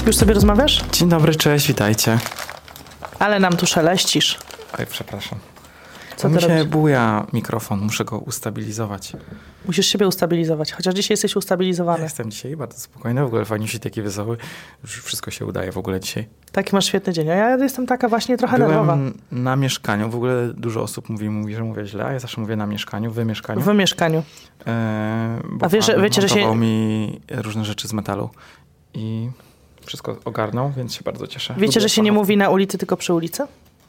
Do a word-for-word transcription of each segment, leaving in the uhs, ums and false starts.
Już sobie rozmawiasz? Dzień dobry, cześć, witajcie. Ale nam tu szeleścisz. Oj, przepraszam. Co mi ty się robisz? buja mikrofon, muszę go ustabilizować. Musisz siebie ustabilizować, chociaż dzisiaj jesteś ustabilizowany. Ja jestem dzisiaj bardzo spokojny, w ogóle fajnie się takie wesoły. Już wszystko się udaje w ogóle dzisiaj. Taki masz świetny dzień, a ja jestem taka właśnie trochę Byłem nerwowa. na mieszkaniu, w ogóle dużo osób mówi, mówi, że mówię źle, a ja zawsze mówię na mieszkaniu, w mieszkaniu. W mieszkaniu. E, bo A wiesz, pan wiecie, że się- montował mi różne rzeczy z metalu i wszystko ogarnął, więc się bardzo cieszę. Wiecie, Lubię że się nie fachowców. mówi na ulicy, tylko przy ulicy?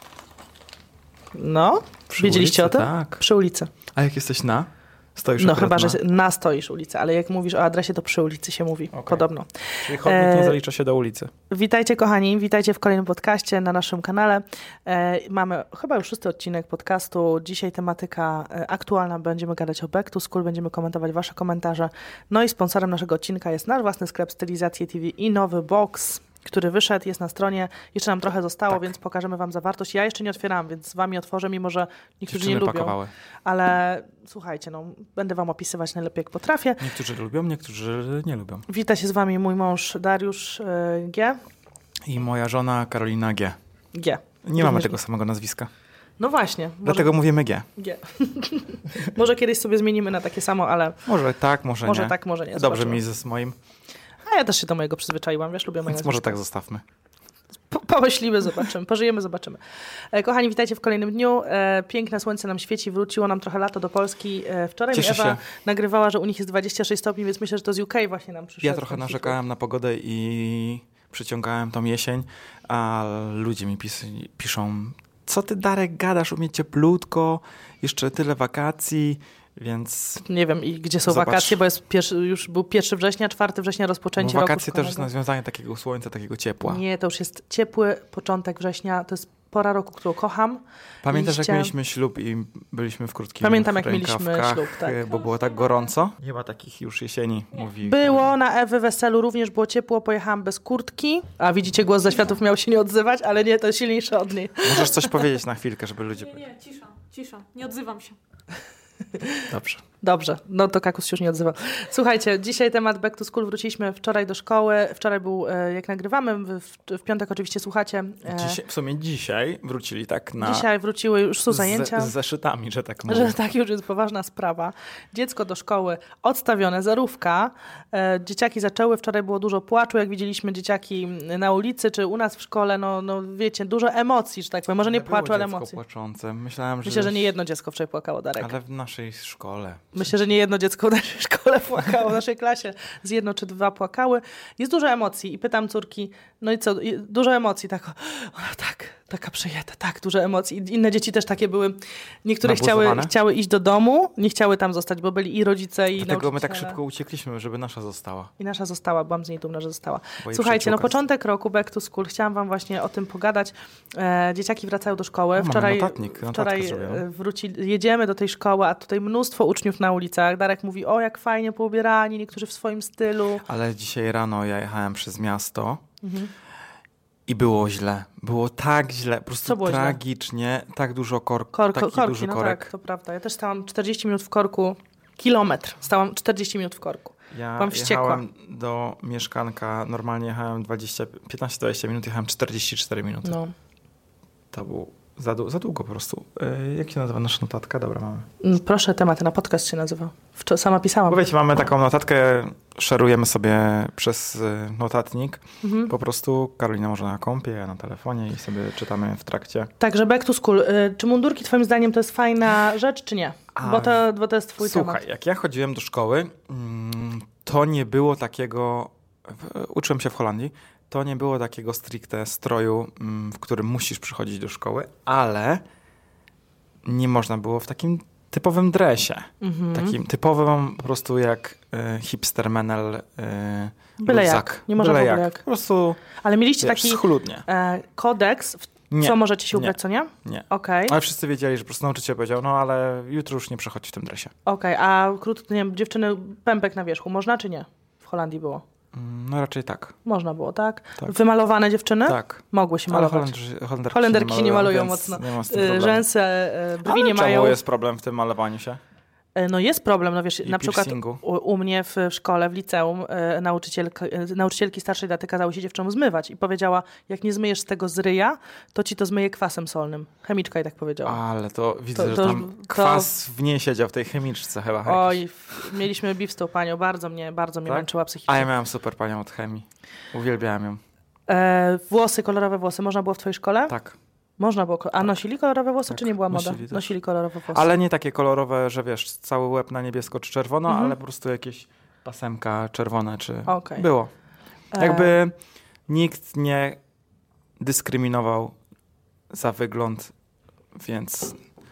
No, Przy wiedzieliście ulicy, o tym? Tak. Przy ulicy. A jak jesteś na? Stoisz No akurat chyba, że na? na stoisz ulicy, ale jak mówisz o adresie, to przy ulicy się mówi, Okej. podobno. Czyli chodnik nie E, zalicza się do ulicy. Witajcie kochani, witajcie w kolejnym podcaście na naszym kanale. E, mamy chyba już szósty odcinek podcastu. Dzisiaj tematyka e, aktualna, będziemy gadać o Back to School, będziemy komentować wasze komentarze. No i sponsorem naszego odcinka jest nasz własny sklep Stylizacje T V i nowy box, który wyszedł, jest na stronie. Jeszcze nam trochę zostało, Tak. więc pokażemy wam zawartość. Ja jeszcze nie otwieram, więc z wami otworzę, mimo że niektórzy Dziewczyny nie lubią. pakowały. Ale słuchajcie, no, będę wam opisywać najlepiej jak potrafię. Niektórzy lubią, niektórzy nie lubią. Wita się z wami mój mąż Dariusz e, G. I moja żona Karolina G. G. Nie mamy Również- tego samego nazwiska. No właśnie. Może... Dlatego mówimy G. G. Może kiedyś sobie zmienimy na takie samo, ale Może tak, może, może nie. tak, może nie. Dobrze Zobaczymy. mi ze z moim, A ja też się do mojego przyzwyczaiłam, wiesz, lubię moje więc może nazwisko. tak zostawmy. Po, pomyślimy, zobaczymy, pożyjemy, zobaczymy. E, kochani, witajcie w kolejnym dniu. E, piękne słońce nam świeci, wróciło nam trochę lato do Polski. E, wczoraj mi Cieszę Ewa się. nagrywała, że u nich jest dwadzieścia sześć stopni, więc myślę, że to z U K właśnie nam przyszło. Ja trochę narzekałem na pogodę i przyciągałem tą jesień, a ludzie mi pis piszą, co ty Darek gadasz, u mnie cieplutko, jeszcze tyle wakacji, więc Nie wiem, i gdzie są Zobacz. wakacje, bo jest pierwszy, już był pierwszego września, czwartego września no, rozpoczęcie roku wakacje też jest szkolnego. nawiązanie takiego słońca, takiego ciepła. Nie, to już jest ciepły początek września, to jest pora roku, którą kocham. Pamiętasz, jak Liście. mieliśmy ślub i byliśmy w krótkich Pamiętam, jak mieliśmy rękawkach, ślub, tak. bo było tak gorąco? Nie ma takich już jesieni, mówi. Było na Ewy weselu, również było ciepło, pojechałam bez kurtki. A widzicie, głos ze światów miał się nie odzywać, ale nie, to silniejsze od niej. Możesz coś powiedzieć na chwilkę, żeby ludzie... Nie, nie, cisza, cisza. Nie odzywam się. Dobrze. Dobrze, no to Kakus się już nie odzywa. Słuchajcie, dzisiaj temat Back to School, wróciliśmy wczoraj do szkoły. Wczoraj był, e, jak nagrywamy, w, w piątek oczywiście słuchacie. E, Dzisiaj, w sumie dzisiaj wrócili tak na... dzisiaj wróciły, już są zajęcia. Z, z zeszytami, że tak mówię. Że tak już jest poważna sprawa. Dziecko do szkoły odstawione, zerówka. E, dzieciaki zaczęły, wczoraj było dużo płaczu, jak widzieliśmy dzieciaki na ulicy, czy u nas w szkole, no, no wiecie, dużo emocji, że tak powiem. Może nie Było płaczu, ale dziecko emocji. płaczące. Myślałem, że... Myślę, że nie jedno dziecko wczoraj płakało, Darek. Ale w naszej szkole. Myślę, że nie jedno dziecko w naszej szkole płakało, w naszej klasie z jedno czy dwa płakały. Jest dużo emocji i pytam córki, no i co, I dużo emocji, tak, o, tak, taka przejęta, tak, dużo emocji. I inne dzieci też takie były, niektóre chciały, Nabuzowane? chciały iść do domu, nie chciały tam zostać, bo byli i rodzice, i Dlatego my tak nauczyciele. szybko uciekliśmy, żeby nasza została. I nasza została, byłam z niej dumna, że została. Bo jej Słuchajcie, no przyjaciółka początek roku, Back to School, chciałam wam właśnie o tym pogadać. E, dzieciaki wracają do szkoły. O, mamy Wczoraj, notatnik, notatkę wczoraj zrobioną. e, wróci, jedziemy do tej szkoły, a tutaj mnóstwo uczniów na ulicach. Darek mówi, o jak fajnie poubierani, niektórzy w swoim stylu. Ale dzisiaj rano ja jechałem przez miasto Mhm. i było źle. Było tak źle, po prostu Co było źle? tragicznie, tak dużo kork, Kor, taki korki, duży no korek. tak, to prawda. Ja też stałam czterdzieści minut w korku, kilometr, stałam czterdzieści minut w korku. Ja Byłam wściekła. jechałem do mieszkanka, normalnie jechałem dwadzieścia, piętnaście dwadzieścia minut, jechałem czterdzieści cztery minuty. No. To było za, dłu- za długo po prostu. Yy, jak się nazywa nasza notatka? Dobra, mamy. Mm, Proszę, tematy na podcast się nazywa. Wczo- sama pisałam. Bo wiecie, mamy taką notatkę, szerujemy sobie przez y, notatnik. Mhm. Po prostu Karolina może na kompie, ja na telefonie i sobie czytamy w trakcie. Także Back to School. Y, Czy mundurki twoim zdaniem to jest fajna rzecz, czy nie? A, Bo to, bo to jest twój Słuchaj, temat. jak ja chodziłem do szkoły, mm, to nie było takiego, w- uczyłem się w Holandii, to nie było takiego stricte stroju, mm, w którym musisz przychodzić do szkoły, ale nie można było w takim typowym dresie. Mhm. Takim typowym po prostu jak y, hipster menel y, Byle luzak. jak. Nie można Byle w ogóle jak. jak. Po prostu Ale mieliście wiesz, taki schludnie. e, kodeks, w Nie, co możecie się nie. ubrać, co nie? Nie. Okej, Ale wszyscy wiedzieli, że po prostu nauczyciel powiedział, no ale jutro już nie przechodź w tym dresie. okej. A krótko, nie wiem, dziewczyny, pępek na wierzchu, można czy nie? W Holandii było. Mm, No raczej tak. Można było, tak? Tak. Wymalowane dziewczyny? Tak. Mogły się Ale malować. Holendrzy, Holenderki, Holenderki się nie malują więc mocno. Nie ma z tym Y, problemu. Rzęsy, y, brwi Ale nie czemu mają. jest problem w tym malowaniu się? No jest problem, no wiesz, I na przykład piercingu. u, u mnie w szkole, w liceum e, nauczycielka, e, nauczycielki starszej daty kazały się dziewczynom zmywać i powiedziała, jak nie zmyjesz z tego z ryja, to ci to zmyje kwasem solnym. Chemiczka i tak powiedziała. Ale to widzę, To- że to już- tam to- kwas w niej siedział, w tej chemiczce chyba. jakiś. Oj, f- mieliśmy biw z tą panią, bardzo mnie, bardzo mnie Tak? męczyła psychicznie. A ja miałam super panią od chemii. Uwielbiałam ją. E, włosy, kolorowe włosy, można było w twojej szkole? Tak. Można było. ko- A nosili kolorowe włosy, Tak, czy nie była moda? nosili też. Nosili kolorowe włosy. Ale nie takie kolorowe, że wiesz, cały łeb na niebiesko czy czerwono, Mhm. ale po prostu jakieś pasemka czerwone czy... Okej. Było. E, Jakby nikt nie dyskryminował za wygląd, więc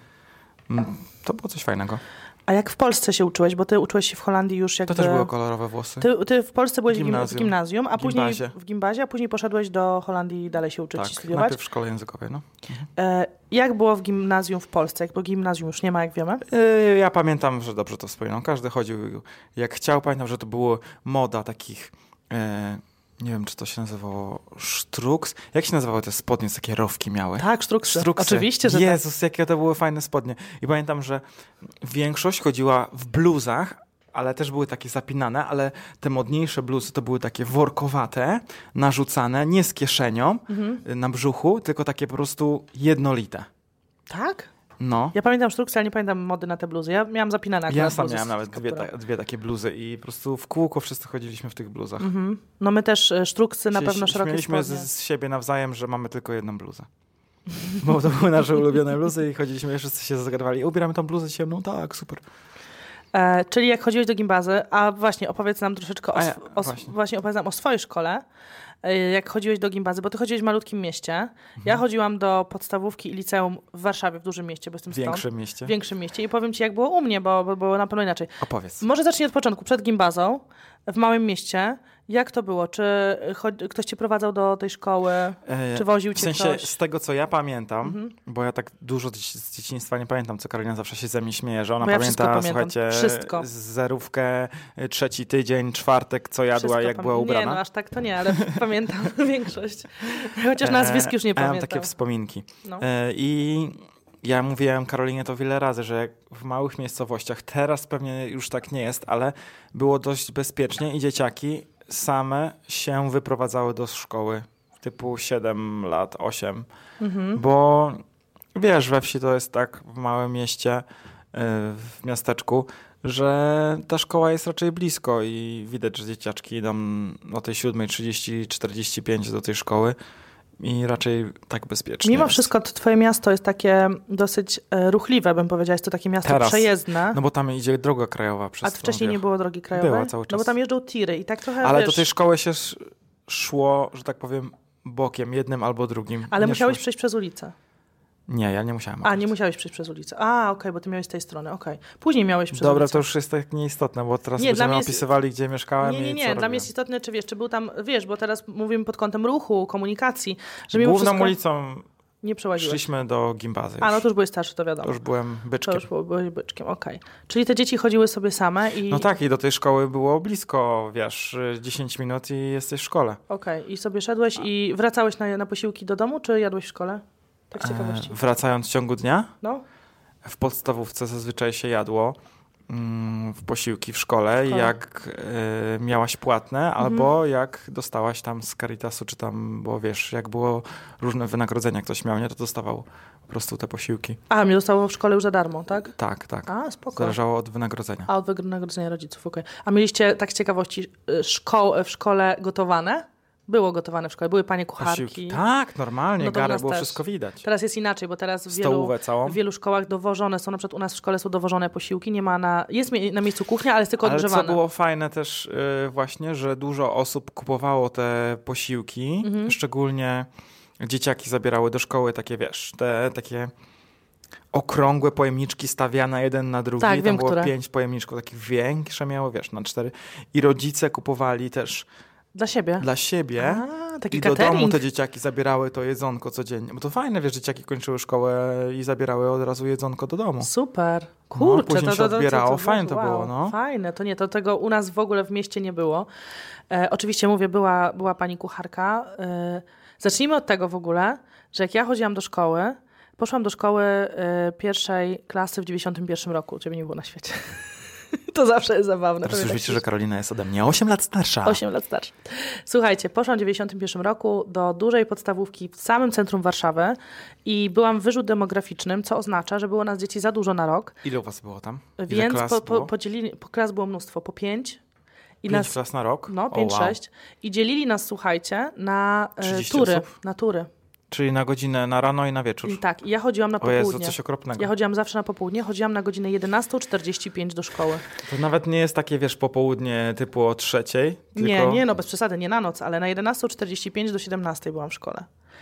mm, to było coś fajnego. A jak w Polsce się uczyłeś? Bo ty uczyłeś się w Holandii już To jakby... też były kolorowe włosy. Ty, ty w Polsce byłeś w gim- w Gimnazjum. gimnazjum, a później Gimbazie. w gimbazie, a później poszedłeś do Holandii i dalej się uczyć i Tak, studiować. najpierw w szkole językowej, no. E, jak było w gimnazjum w Polsce? Jak bo gimnazjum już nie ma, jak wiemy. Yy, Ja pamiętam, że dobrze to wspominam. Każdy chodził jak chciał. Pamiętam, że to była moda takich, e, nie wiem, czy to się nazywało sztruks. Jak się nazywały te spodnie, co takie rowki miały? Tak, sztruksy. Sztruksy. Oczywiście, że tak. Jezus, jakie to były fajne spodnie. I pamiętam, że większość chodziła w bluzach, ale też były takie zapinane, ale te modniejsze bluzy to były takie workowate, narzucane, nie z kieszenią Mhm. y, na brzuchu, tylko takie po prostu jednolite. Tak? No. Ja pamiętam sztruksy, ale nie pamiętam mody na te bluzy. Ja miałam zapinane akurat Ja sam bluzy miałem z- nawet z dwie, kapturem. ta, dwie takie bluzy i po prostu w kółko wszyscy chodziliśmy w tych bluzach. Mhm. No my też e, sztruksy, na Się pewno ś- szerokie Śmieliśmy z, spodnie. z siebie nawzajem, że mamy tylko jedną bluzę. Bo to były nasze ulubione bluzy i chodziliśmy, wszyscy się zagadywali. Ubieramy tą bluzę ciemną? Tak, super. E, czyli jak chodziłeś do gimbazy, a właśnie opowiedz nam troszeczkę o, A ja- sw- o, właśnie. właśnie opowiedz nam o swojej szkole, e, jak chodziłeś do gimbazy, bo ty chodziłeś w malutkim mieście. Ja chodziłam do podstawówki i liceum w Warszawie, w dużym mieście, bo jestem W stąd. większym mieście. W większym mieście i powiem ci, jak było u mnie, bo, bo było na pewno inaczej. Opowiedz. Może zacznij od początku, przed gimbazą, w małym mieście. Jak to było? Czy cho- ktoś cię prowadzał do tej szkoły? E, Czy woził w cię sensie ktoś? z tego, co ja pamiętam, Mhm. bo ja tak dużo dzieci- z dzieciństwa nie pamiętam, co Karolina zawsze się ze mnie śmieje, że ona Bo ja wszystko pamięta, pamiętam. słuchajcie, Wszystko. z- zerówkę, y, trzeci tydzień, czwartek, co jadła, Wszystko jak pamię- była ubrana. Nie, no aż tak to nie, ale pamiętam większość. Chociaż nazwisk już nie E, a ja mam pamiętam. takie wspominki. No. E, I ja mówiłem Karolinie to wiele razy, że jak w małych miejscowościach, teraz pewnie już tak nie jest, ale było dość bezpiecznie i dzieciaki same się wyprowadzały do szkoły typu siedem lat, osiem, Mhm. bo wiesz, we wsi to jest tak, w małym mieście, y, w miasteczku, że ta szkoła jest raczej blisko i widać, że dzieciaczki idą o tej siódmej trzydzieści czterdzieści pięć do tej szkoły i raczej tak bezpiecznie Mimo jest. wszystko to twoje miasto jest takie dosyć e, ruchliwe, bym powiedziała. Jest to takie miasto Teraz. przejezdne. No bo tam idzie droga krajowa przez a tą wcześniej nie wieś. było drogi krajowej? Była cały No czas. bo tam jeżdżą tiry i tak trochę, Ale wiesz, do tej szkoły się sz- szło, że tak powiem, bokiem, jednym albo drugim. ale Nie musiałeś szło- przejść przez ulicę. Nie, ja nie musiałem. A, akurat. nie musiałeś przejść przez ulicę. A, okej, bo ty miałeś z tej strony, okej. Później miałeś przez Dobra, ulicę. to już jest tak nieistotne, bo teraz Nie, dla będziemy mnie jest- opisywali, gdzie mieszkałem Nie, nie, i nie. co Dla robiłem. mnie jest istotne, czy wiesz, czy był tam, wiesz, bo teraz mówimy pod kątem ruchu, komunikacji, że mimo Główną wszystko ulicą nie przełaziłeś. szliśmy do gimbazy. A, no już. to już byłeś starszy, to wiadomo. To już byłem To byczkiem. już było- byłeś byczkiem, okej. Czyli te dzieci chodziły sobie same i... No tak, i do tej szkoły było blisko, wiesz, dziesięć minut i jesteś w szkole. Okej, i sobie szedłeś i wracałeś na, na posiłki do domu, czy jadłeś w szkole? Tak z ciekawości. E, wracając w ciągu dnia, No, w podstawówce zazwyczaj się jadło mm, w posiłki w szkole, szkole. jak e, miałaś płatne, Mhm. albo jak dostałaś tam z Caritasu, czy tam, bo wiesz, jak było różne wynagrodzenia, ktoś miał, nie, to dostawał po prostu te posiłki. a, mnie dostało w szkole już za darmo, tak? Tak, tak. A, spoko. Zależało od wynagrodzenia. A, od wynagrodzenia rodziców, okej. A mieliście, tak z ciekawości, y, szko- w szkole gotowane? Było gotowane w szkole, były panie kucharki. Posiłki. Tak, normalnie, No to u garę nas było też. wszystko widać. Teraz jest inaczej, bo teraz w wielu, Stołówę całą. w wielu szkołach dowożone są, na przykład u nas w szkole są dowożone posiłki, nie ma na, jest mie- na miejscu kuchnia, ale jest tylko Ale odgrzewane. co było fajne też yy, właśnie, że dużo osób kupowało te posiłki, Mhm. szczególnie dzieciaki zabierały do szkoły takie, wiesz, te takie okrągłe pojemniczki stawiane jeden na drugi. Tak, Tam wiem, było które. pięć pojemniczków, takich większe miało, wiesz, na cztery. I rodzice kupowali też Dla siebie? dla siebie. A, taki I do catering. domu te dzieciaki zabierały to jedzonko codziennie. Bo to fajne, wiesz, dzieciaki kończyły szkołę i zabierały od razu jedzonko do domu. Super. Kurczę, później to, się to, to, odbierało. to, to, Fajne to wow, było, no. Fajne, to nie, to tego u nas w ogóle w mieście nie było. E, oczywiście mówię, była, była pani kucharka. E, zacznijmy od tego w ogóle, że jak ja chodziłam do szkoły, Poszłam do szkoły y, pierwszej klasy w dziewięćdziesiątym pierwszym roku. Ciebie nie było na świecie. To zawsze jest zabawne. Teraz już wiecie, że Karolina jest ode mnie osiem lat starsza. osiem lat starsza. Słuchajcie, poszłam w dziewięćdziesiątym pierwszym roku do dużej podstawówki w samym centrum Warszawy i byłam w wyrzut demograficznym, co oznacza, że było nas dzieci za dużo na rok. Ile u was było tam? Ile Więc klas po, było? po, podzielili, po klas było mnóstwo, po pięć. I Pięć nas, klas na rok? No, pięć, oh, wow. sześć. I dzielili nas, słuchajcie, na e, trzydzieści tury. osób? Na tury. Czyli na godzinę, na rano i na wieczór. I tak, i ja chodziłam na O popołudnie. Jezu, coś okropnego. Ja chodziłam zawsze na popołudnie, chodziłam na godzinę jedenastą czterdzieści pięć do szkoły. To nawet nie jest takie, wiesz, popołudnie typu o trzeciej? Tylko... Nie, nie, no bez przesady, nie na noc, ale na jedenastą czterdzieści pięć do siedemnastej byłam w szkole.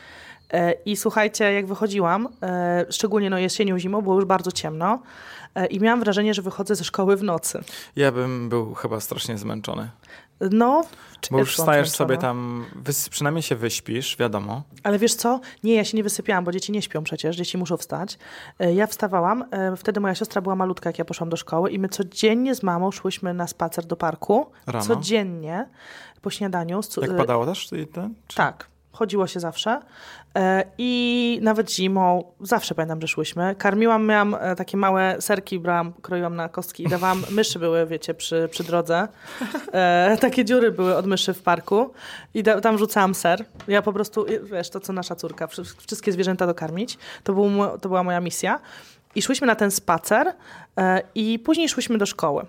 E, I słuchajcie, jak wychodziłam, e, szczególnie no jesienią, zimą, było już bardzo ciemno e, i miałam wrażenie, że wychodzę ze szkoły w nocy. Ja bym był chyba strasznie zmęczony. No, Bo już wstajesz zmęczona. sobie tam, wys- przynajmniej się wyśpisz, wiadomo. Ale wiesz co? Nie, ja się nie wysypiałam, bo dzieci nie śpią przecież, dzieci muszą wstać. E, Ja wstawałam, e, wtedy moja siostra była malutka, jak ja poszłam do szkoły i my codziennie z mamą szłyśmy na spacer do parku. Rano? Codziennie, po śniadaniu. z cu- Jak e, padało też? Ty- ten, czy... Tak, chodziło się zawsze. E, I nawet zimą, zawsze pamiętam, że szłyśmy. Karmiłam, miałam e, takie małe serki, brałam, kroiłam na kostki i dawałam, myszy były, wiecie, przy, przy drodze. E, takie dziury były od myszy w parku i da, tam rzucałam ser. Ja po prostu, wiesz, to co nasza córka, wszy- wszystkie zwierzęta dokarmić. To, był, mo- to była moja misja. I szłyśmy na ten spacer e, i później szłyśmy do szkoły.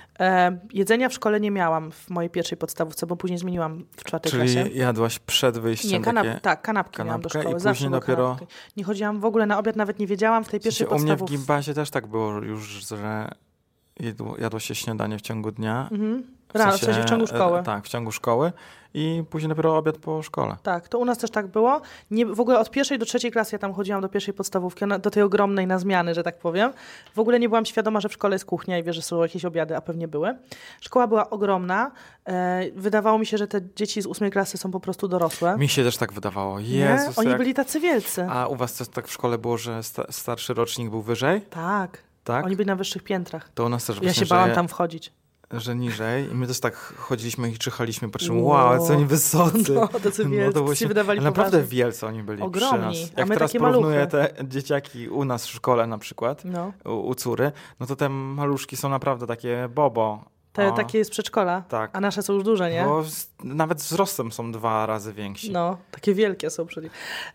E, jedzenia w szkole nie miałam w mojej pierwszej podstawówce, bo później zmieniłam w czwartej Czyli klasie. jadłaś przed wyjściem Nie, kanap- takie... tak, kanapki miałam do kanapkę szkoły. i Zawsze później były dopiero- kanapki. Nie chodziłam w ogóle na obiad, nawet nie wiedziałam w tej pierwszej U mnie w podstawówce. gimbazie też tak było już, że jadło, jadło się śniadanie w ciągu dnia. Mhm. Rano, w sensie w ciągu e, szkoły. Tak, w ciągu szkoły i później dopiero obiad po szkole. Tak, to u nas też tak było. Nie, w ogóle od pierwszej do trzeciej klasy ja tam chodziłam do pierwszej podstawówki, na, do tej ogromnej na zmiany, że tak powiem. W ogóle nie byłam świadoma, że w szkole jest kuchnia i wiesz, że są jakieś obiady, a pewnie były. Szkoła była ogromna. E, wydawało mi się, że te dzieci z ósmej klasy są po prostu dorosłe. Mi się też tak wydawało. Nie? Jezus, Oni jak... byli tacy wielcy. A u was też tak w szkole było, że sta- starszy rocznik był wyżej? Tak. Tak? Oni byli na wyższych piętrach. To u nas też Ja właśnie, się bałam że, tam wchodzić. że niżej. I my też tak chodziliśmy i czyhaliśmy, patrzymy, Wow. wow, co oni wysocy. No, tacy wielcy, było się wydawali ale naprawdę poważni. wielcy oni byli Ogromni, przy nas. a Jak my teraz takie porównuję maluchy. te dzieciaki u nas w szkole na przykład, No. u, u córy, no to te maluszki są naprawdę takie bobo. Te O, takie z przedszkola, tak. a nasze są już duże, nie? Bo z, nawet wzrostem są dwa razy więksi. No, takie wielkie są przecież.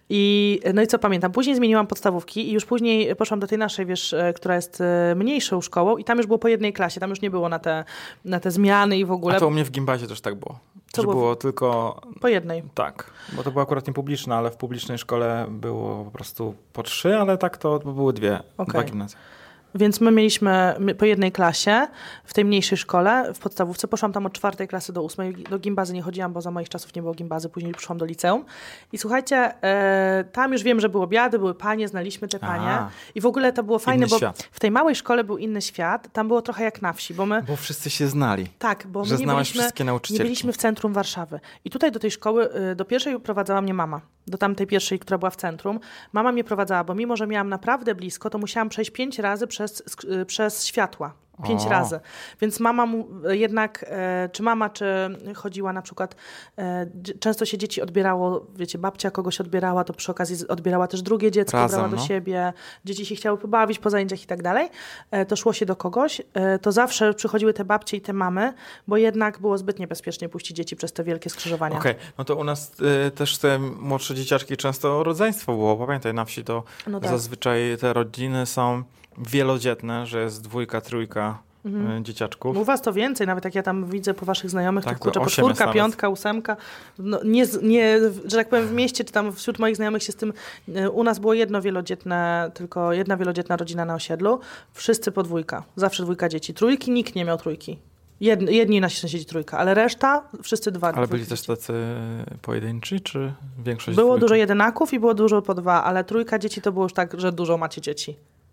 I, no i co pamiętam? Później zmieniłam podstawówki i już później poszłam do tej naszej, wiesz, e, która jest e, mniejszą szkołą i tam już było po jednej klasie, tam już nie było na te, na te zmiany i w ogóle. A to u mnie w gimbazie też tak było. Co że było? było tylko... Po jednej. Tak, bo to była akurat nie publiczna, ale w publicznej szkole było po prostu po trzy, ale tak to były dwie, Okej. dwa gimnazja. Więc my mieliśmy my, po jednej klasie w tej mniejszej szkole, w podstawówce. Poszłam tam od czwartej klasy do ósmej. Do gimbazy nie chodziłam, bo za moich czasów nie było gimbazy. Później przyszłam do liceum. I słuchajcie, e, tam już wiem, że były obiady, były panie, znaliśmy te panie. A. I w ogóle to było fajne, Inny bo świat. w tej małej szkole był inny świat. Tam było trochę jak na wsi, bo my... Bo wszyscy się znali. Tak, bo Że my nie znałaś byliśmy, wszystkie nie nauczycielki. byliśmy w centrum Warszawy. I tutaj do tej szkoły, y, do pierwszej prowadzała mnie mama. Do tamtej pierwszej, która była w centrum. Mama mnie prowadzała, bo mimo, że miałam naprawdę blisko, to musiałam przejść pięć razy przez, sk- y, przez światła. Pięć O. razy. Więc mama mu, jednak, e, czy mama, czy chodziła na przykład, e, dzie- często się dzieci odbierało, wiecie, babcia kogoś odbierała, to przy okazji z- odbierała też drugie dziecko, Razem, brała do no. siebie, dzieci się chciały pobawić po zajęciach i tak dalej, e, to szło się do kogoś, e, to zawsze przychodziły te babcie i te mamy, bo jednak było zbyt niebezpiecznie puścić dzieci przez te wielkie skrzyżowania. Okej, no to u nas y, też te młodsze dzieciaczki często rodzeństwo było. Pamiętaj, na wsi to No tak. zazwyczaj te rodziny są wielodzietne, że jest dwójka, trójka Mhm. y, dzieciaczków. U was to więcej, nawet jak ja tam widzę po waszych znajomych, Tak, to kurczę, to po osiem jest czwórka, nawet. piątka, ósemka. No, nie, z- nie, że tak powiem w mieście, czy tam wśród moich znajomych się z tym, y, u nas było jedno wielodzietne, tylko jedna wielodzietna rodzina na osiedlu, wszyscy po dwójka, zawsze dwójka dzieci. Trójki, nikt nie miał trójki. Jedni, jedni nasi sąsiedzi trójka, ale reszta, wszyscy dwa. Ale dwójki byli też dzieci. tacy pojedynczy, czy większość Było dwójki? dużo jedynaków i było dużo po dwa, ale trójka dzieci to było już tak, że dużo macie dzieci.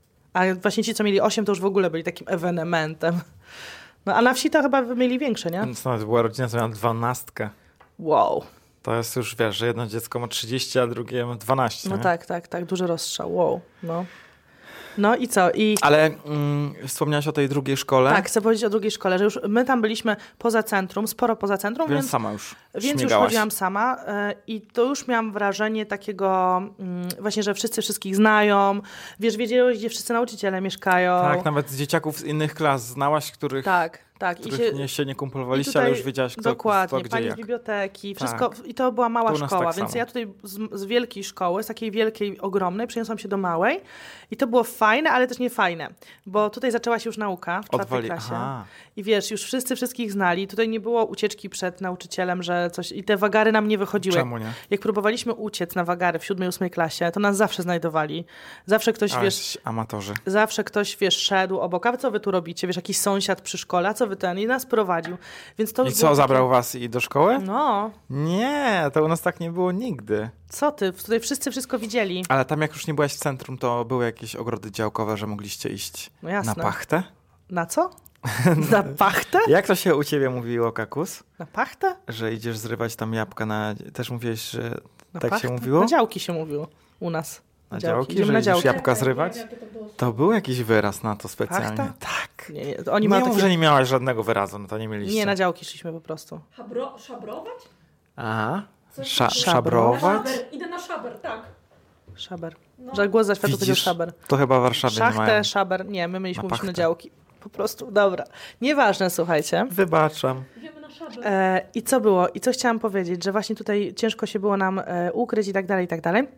A właśnie ci, co mieli osiem, to już w ogóle byli takim ewenementem. No a na wsi to chyba mieli większe, nie? Więc nawet była rodzina, co miała dwunastkę. Wow. To jest już, wiesz, że jedno dziecko ma trzydzieści, a drugie ma dwanaście. No nie? tak, tak, tak, duży rozstrzał, wow, no. No i co? I... Ale mm, wspomniałaś o tej drugiej szkole? Tak, chcę powiedzieć o drugiej szkole, że już my tam byliśmy poza centrum, sporo poza centrum, więc, więc, sama już więc już chodziłam sama y, i to już miałam wrażenie takiego y, właśnie, że wszyscy wszystkich znają, wiesz, wiedziałeś, gdzie wszyscy nauczyciele mieszkają. Tak, nawet z dzieciaków z innych klas znałaś, których... Tak. Tak, których i się, nie, się nie kumplowaliście, ale już wiedziałaś, kto, dokładnie, kto gdzie pani jak. z biblioteki, wszystko. Tak. I to była mała To u nas szkoła, tak więc samo. ja tutaj z, z wielkiej szkoły, z takiej wielkiej, ogromnej, przeniosłam się do małej i to było fajne, ale też nie fajne, bo tutaj zaczęła się już nauka w czwartej Odwali... klasie. Aha. I wiesz, już wszyscy wszystkich znali, tutaj nie było ucieczki przed nauczycielem, że coś... I te wagary nam nie wychodziły. Czemu nie? Jak próbowaliśmy uciec na wagary w siódmej, ósmej klasie, to nas zawsze znajdowali. Zawsze ktoś, Ale wiesz... amatorzy. Zawsze ktoś, wiesz, szedł obok, a wy co wy tu robicie? Wiesz, jakiś sąsiad przy szkole, a co wy ten? I nas prowadził. Więc to I już co, było zabrał takie... was i do szkoły? No, Nie, to u nas tak nie było nigdy. co ty? Tutaj wszyscy wszystko widzieli. Ale tam jak już nie byłaś w centrum, to były jakieś ogrody działkowe, że mogliście iść No jasne. na pachtę? Na co? Na pachtę? Jak to się u ciebie mówiło, Kakus? Na pachtę? Że idziesz zrywać tam jabłka na... Też mówiłeś, że Na tak pachtę? się mówiło? Na działki się mówiło u nas. Na działki? Idziemy Że na idziesz działki. jabłka zrywać? To był jakiś wyraz na to specjalnie. Pachta? Tak. Nie, nie, oni Nie mają mów, takie... że nie miałaś żadnego wyrazu, no to nie mieliście. Nie, na działki szliśmy po prostu. Szabro, szabrować? A? Coś Sza- takiego. szabrować? Na szaber. Idę na szaber, tak. Szaber. No. Że głos zaświatł powiedział Widzisz? szaber. To chyba Warszawy nie mają. Szachtę, szaber. Nie, my mieliśmy Na mówić na pachtę. działki. Po prostu, dobra. Nieważne, słuchajcie. Wybaczam. Idziemy na szaber. E, I co było? I co chciałam powiedzieć? Że właśnie tutaj ciężko się było nam e, ukryć i tak dalej, i tak dalej.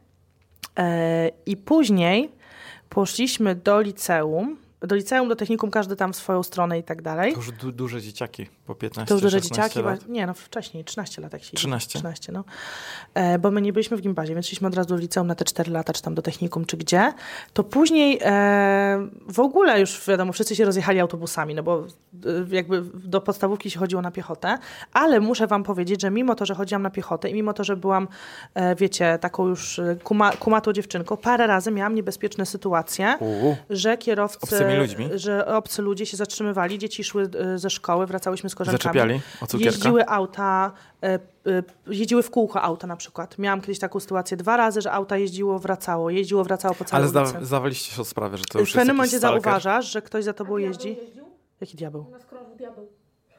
E, I później poszliśmy do liceum. Do liceum, do technikum, każdy tam w swoją stronę i tak dalej. To już du- duże dzieciaki, po piętnaście To już duże szesnaście dzieciaki. lat. bo- Nie, no wcześniej, trzynaście lat jak się idzie. trzynaście. trzynaście, no. E, bo my nie byliśmy w gimbazie, więc szliśmy od razu do liceum na te cztery lata, czy tam do technikum, czy gdzie. To później e, w ogóle już, wiadomo, wszyscy się rozjechali autobusami, no bo e, jakby do podstawówki się chodziło na piechotę, ale muszę wam powiedzieć, że mimo to, że chodziłam na piechotę i mimo to, że byłam, e, wiecie, taką już e, kuma, kumatą dziewczynką, parę razy miałam niebezpieczne sytuacje, Uuu. że kierowcy, Obcymi ludźmi? że obcy ludzie się zatrzymywali, dzieci szły e, ze szkoły, wracałyśmy z koleżankami. Zaczepiali o cukierka? Jeździły auta, e, e, jeździły w kółko auta na przykład. Miałam kiedyś taką sytuację dwa razy, że auta jeździło, wracało, jeździło, wracało po całej Ale ulicy. zda- zdawaliście się od sprawy, że to już W pewnym jest momencie jakiś stalker. zauważasz, że ktoś za tobą Diabeł jeździ. jeździł? Jaki diabeł? U nas krążył diabeł.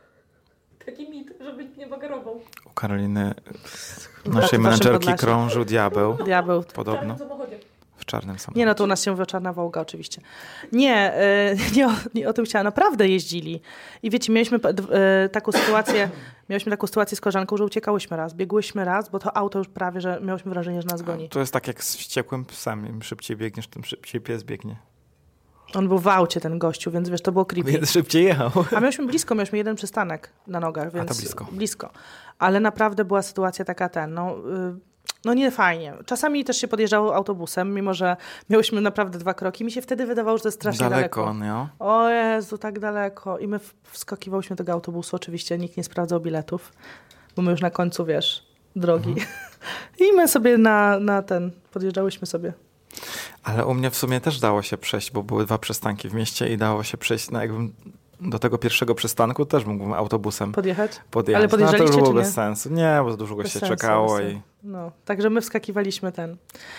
Taki mit, żeby nikt nie bagarował. U Karoliny, w naszej waszym menedżerki, Podlasiu. krążył diabeł, Diabeł. W podobno, czarnym samochodzie. w czarnym samochodzie. Nie, no to u nas się mówi o czarna wołga oczywiście. Nie, e, nie, o, nie o tym chciałam. Naprawdę jeździli. I wiecie, mieliśmy p- d- e, taką sytuację, mieliśmy taką sytuację z koleżanką, że uciekałyśmy raz, biegłyśmy raz, bo to auto już prawie, że miałyśmy wrażenie, że nas goni. To jest tak jak z wściekłym psem. Im szybciej biegniesz, tym szybciej pies biegnie. On był w aucie, ten gościu, więc wiesz, to było creepy. Więc szybciej jechał. A mieliśmy blisko, mieliśmy jeden przystanek na nogach, więc to blisko. blisko. Ale naprawdę była sytuacja taka ten, no, y, no nie fajnie. Czasami też się podjeżdżało autobusem, mimo że miałyśmy naprawdę dwa kroki. Mi się wtedy wydawało, że to jest strasznie daleko. Daleko, no. O Jezu, tak daleko. I my w- wskakiwałyśmy do tego autobusu, oczywiście nikt nie sprawdzał biletów, bo my już na końcu, wiesz, drogi. Mhm. I my sobie na, na ten, podjeżdżałyśmy sobie. Ale u mnie w sumie też dało się przejść, bo były dwa przystanki w mieście i dało się przejść, no jakbym do tego pierwszego przystanku też mógłbym autobusem Podjechać? podjechać. Ale No to już podjeżdżaliście, było czy nie? bez sensu. Nie, bo długo Bez się sensu, czekało bez i... sensu. No, także my wskakiwaliśmy ten.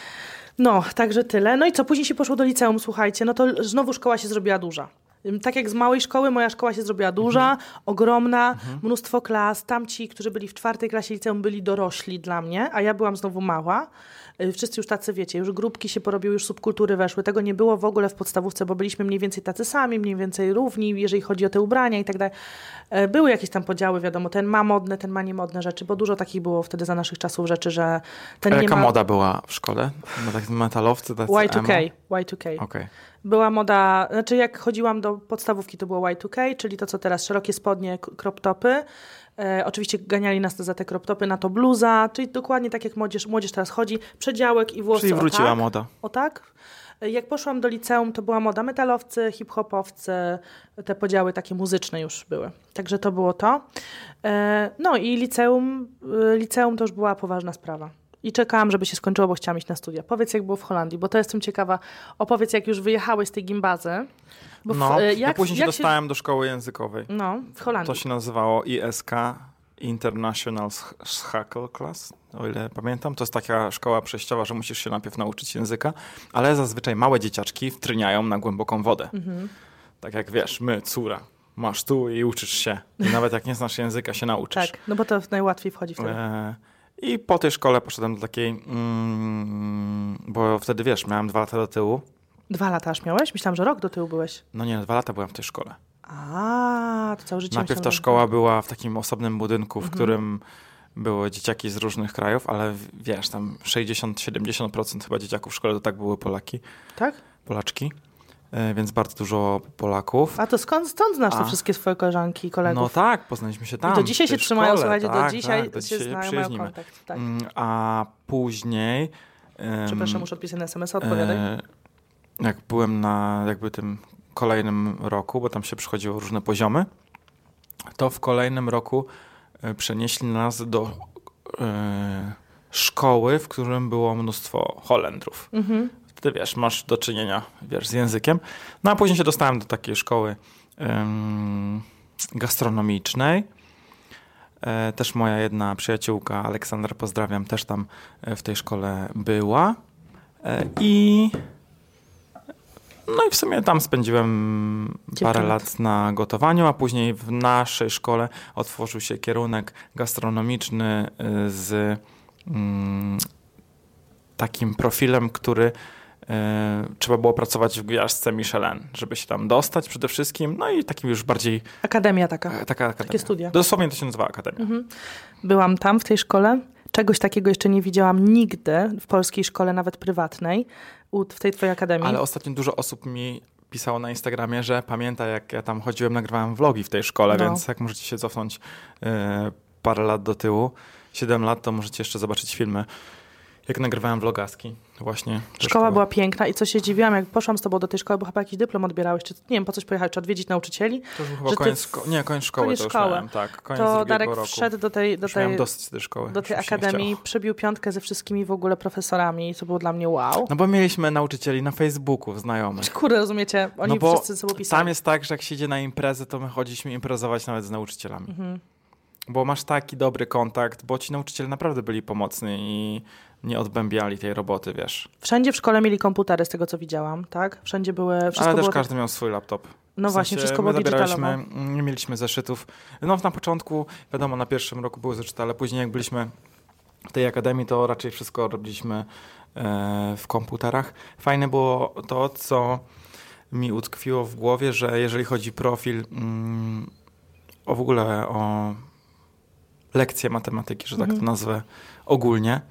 No, także tyle. No i co, później się poszło do liceum, słuchajcie, no to znowu szkoła się zrobiła duża. Tak jak z małej szkoły, moja szkoła się zrobiła duża, ogromna, mnóstwo klas. Tamci, którzy byli w czwartej klasie liceum, byli dorośli dla mnie, a ja byłam znowu mała. Y, Wszyscy już tacy, wiecie, już grupki się porobiły, już subkultury weszły. Tego nie było w ogóle w podstawówce, bo byliśmy mniej więcej tacy sami, mniej więcej równi, jeżeli chodzi o te ubrania i tak dalej. E, Były jakieś tam podziały, wiadomo, ten ma modne, ten ma niemodne rzeczy, bo dużo takich było wtedy za naszych czasów rzeczy, że ten A nie jaka ma... moda była w szkole? No tak metalowcy, tacy Y dwa K, emo? Y dwa K. Okej. Była moda, znaczy jak chodziłam do podstawówki, to było Y dwa K, czyli to co teraz, szerokie spodnie, k- crop topy. E, oczywiście ganiali nas za te crop topy, na to bluza, czyli dokładnie tak jak młodzież, młodzież teraz chodzi, przedziałek i włosy Czyli wróciła o tak. moda. O tak. E, Jak poszłam do liceum, to była moda metalowcy, hip-hopowcy, te podziały takie muzyczne już były. Także to było to. E, No i liceum, e, liceum to już była poważna sprawa. I czekałam, żeby się skończyło, bo chciałam iść na studia. Powiedz, jak było w Holandii, bo to jestem ciekawa. Opowiedz, jak już wyjechałeś z tej gimbazy. Bo w- No, e, ja jak, później się jak dostałem do szkoły językowej. No, w Holandii. To się nazywało I S K International Schakel Class, o ile pamiętam. To jest taka szkoła przejściowa, że musisz się najpierw nauczyć języka, ale zazwyczaj małe dzieciaczki wtryniają na głęboką wodę. Mhm. Tak jak wiesz, my, córa, masz tu i uczysz się. I nawet jak nie znasz języka, się nauczysz. Tak, no bo to najłatwiej wchodzi wtedy. E, I po tej szkole poszedłem do takiej, mm, bo wtedy wiesz, miałem dwa lata do tyłu. Dwa lata aż miałeś? Myślałam, że rok do tyłu byłeś. No nie, dwa lata byłem w tej szkole. A, to całe życie. Najpierw ta szkoła była w takim osobnym budynku, w mhm. którym były dzieciaki z różnych krajów, ale wiesz, tam sześćdziesiąt do siedemdziesięciu procent chyba dzieciaków w szkole to tak były Polaki. Tak? Polaczki. Więc bardzo dużo Polaków. A to skąd, stąd znasz A. te wszystkie swoje koleżanki i kolegów? No tak, poznaliśmy się tam. I do dzisiaj się trzymają, szkole. słuchajcie, tak, do dzisiaj, tak, do się dzisiaj znają, mają kontakt. Tak. A później... Przepraszam, muszę odpisać na es em es, odpowiadaj. Jak byłem na jakby tym kolejnym roku, bo tam się przychodziło różne poziomy, to w kolejnym roku przenieśli nas do e, szkoły, w którym było mnóstwo Holendrów. Mhm. Ty wiesz, masz do czynienia wiesz, z językiem. No a później się dostałem do takiej szkoły ym, gastronomicznej. E, też moja jedna przyjaciółka, Aleksandra, pozdrawiam, też tam w tej szkole była. E, I no i w sumie tam spędziłem parę lat na gotowaniu, a później w naszej szkole otworzył się kierunek gastronomiczny z mm, takim profilem, który trzeba było pracować w gwiazdce Michelin, żeby się tam dostać przede wszystkim, no i takim już bardziej... Akademia taka. Taka akademia. Takie studia. Dosłownie to się nazywa akademia. Mhm. Byłam tam w tej szkole. Czegoś takiego jeszcze nie widziałam nigdy w polskiej szkole, nawet prywatnej, w tej twojej akademii. Ale ostatnio dużo osób mi pisało na Instagramie, że pamięta, jak ja tam chodziłem, nagrywałem vlogi w tej szkole, no. Więc jak możecie się cofnąć y, parę lat do tyłu, siedem lat, to możecie jeszcze zobaczyć filmy, jak nagrywałem vlogaski. Właśnie. Szkoła była piękna i co się dziwiłam, jak poszłam z tobą do tej szkoły, bo chyba jakiś dyplom odbierałeś, czy nie wiem, po coś pojechałeś, czy odwiedzić nauczycieli? To już chyba koniec, szko- nie, koniec szkoły koniec to już szkoły. miałem, tak. Koniec to Darek roku. wszedł do tej, do tej, dosyć tej szkoły. do tej akademii, przybił piątkę ze wszystkimi w ogóle profesorami i to było dla mnie wow. No bo mieliśmy nauczycieli na Facebooku, znajomych. Kurde, rozumiecie? Oni no wszyscy sobie pisali. Tam jest tak, że jak się idzie na imprezę, to my chodziliśmy imprezować nawet z nauczycielami. Mhm. Bo masz taki dobry kontakt, bo ci nauczyciele naprawdę byli pomocni i nie odbębiali tej roboty, wiesz. Wszędzie w szkole mieli komputery, z tego co widziałam, tak? Wszędzie były... Wszystko Ale też było... każdy miał swój laptop. No w sensie właśnie, wszystko było digitalowo. Nie mieliśmy zeszytów. No na początku, wiadomo, na pierwszym roku były zeszyty, ale później jak byliśmy w tej akademii, to raczej wszystko robiliśmy e, w komputerach. Fajne było to, co mi utkwiło w głowie, że jeżeli chodzi profil mm, o w ogóle o lekcje matematyki, że mhm. tak to nazwę ogólnie,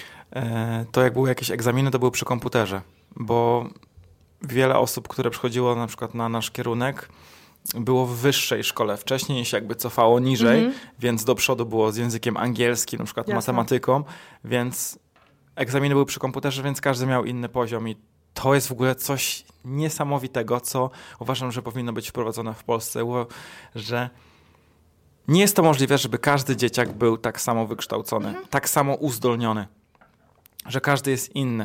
to jak były jakieś egzaminy, to były przy komputerze, bo wiele osób, które przychodziło na przykład na nasz kierunek, było w wyższej szkole wcześniej i się jakby cofało niżej, mhm. więc do przodu było z językiem angielskim, na przykład Jasne. matematyką, więc egzaminy były przy komputerze, więc każdy miał inny poziom i to jest w ogóle coś niesamowitego, co uważam, że powinno być wprowadzone w Polsce, że nie jest to możliwe, żeby każdy dzieciak był tak samo wykształcony, mhm. tak samo uzdolniony, że każdy jest inny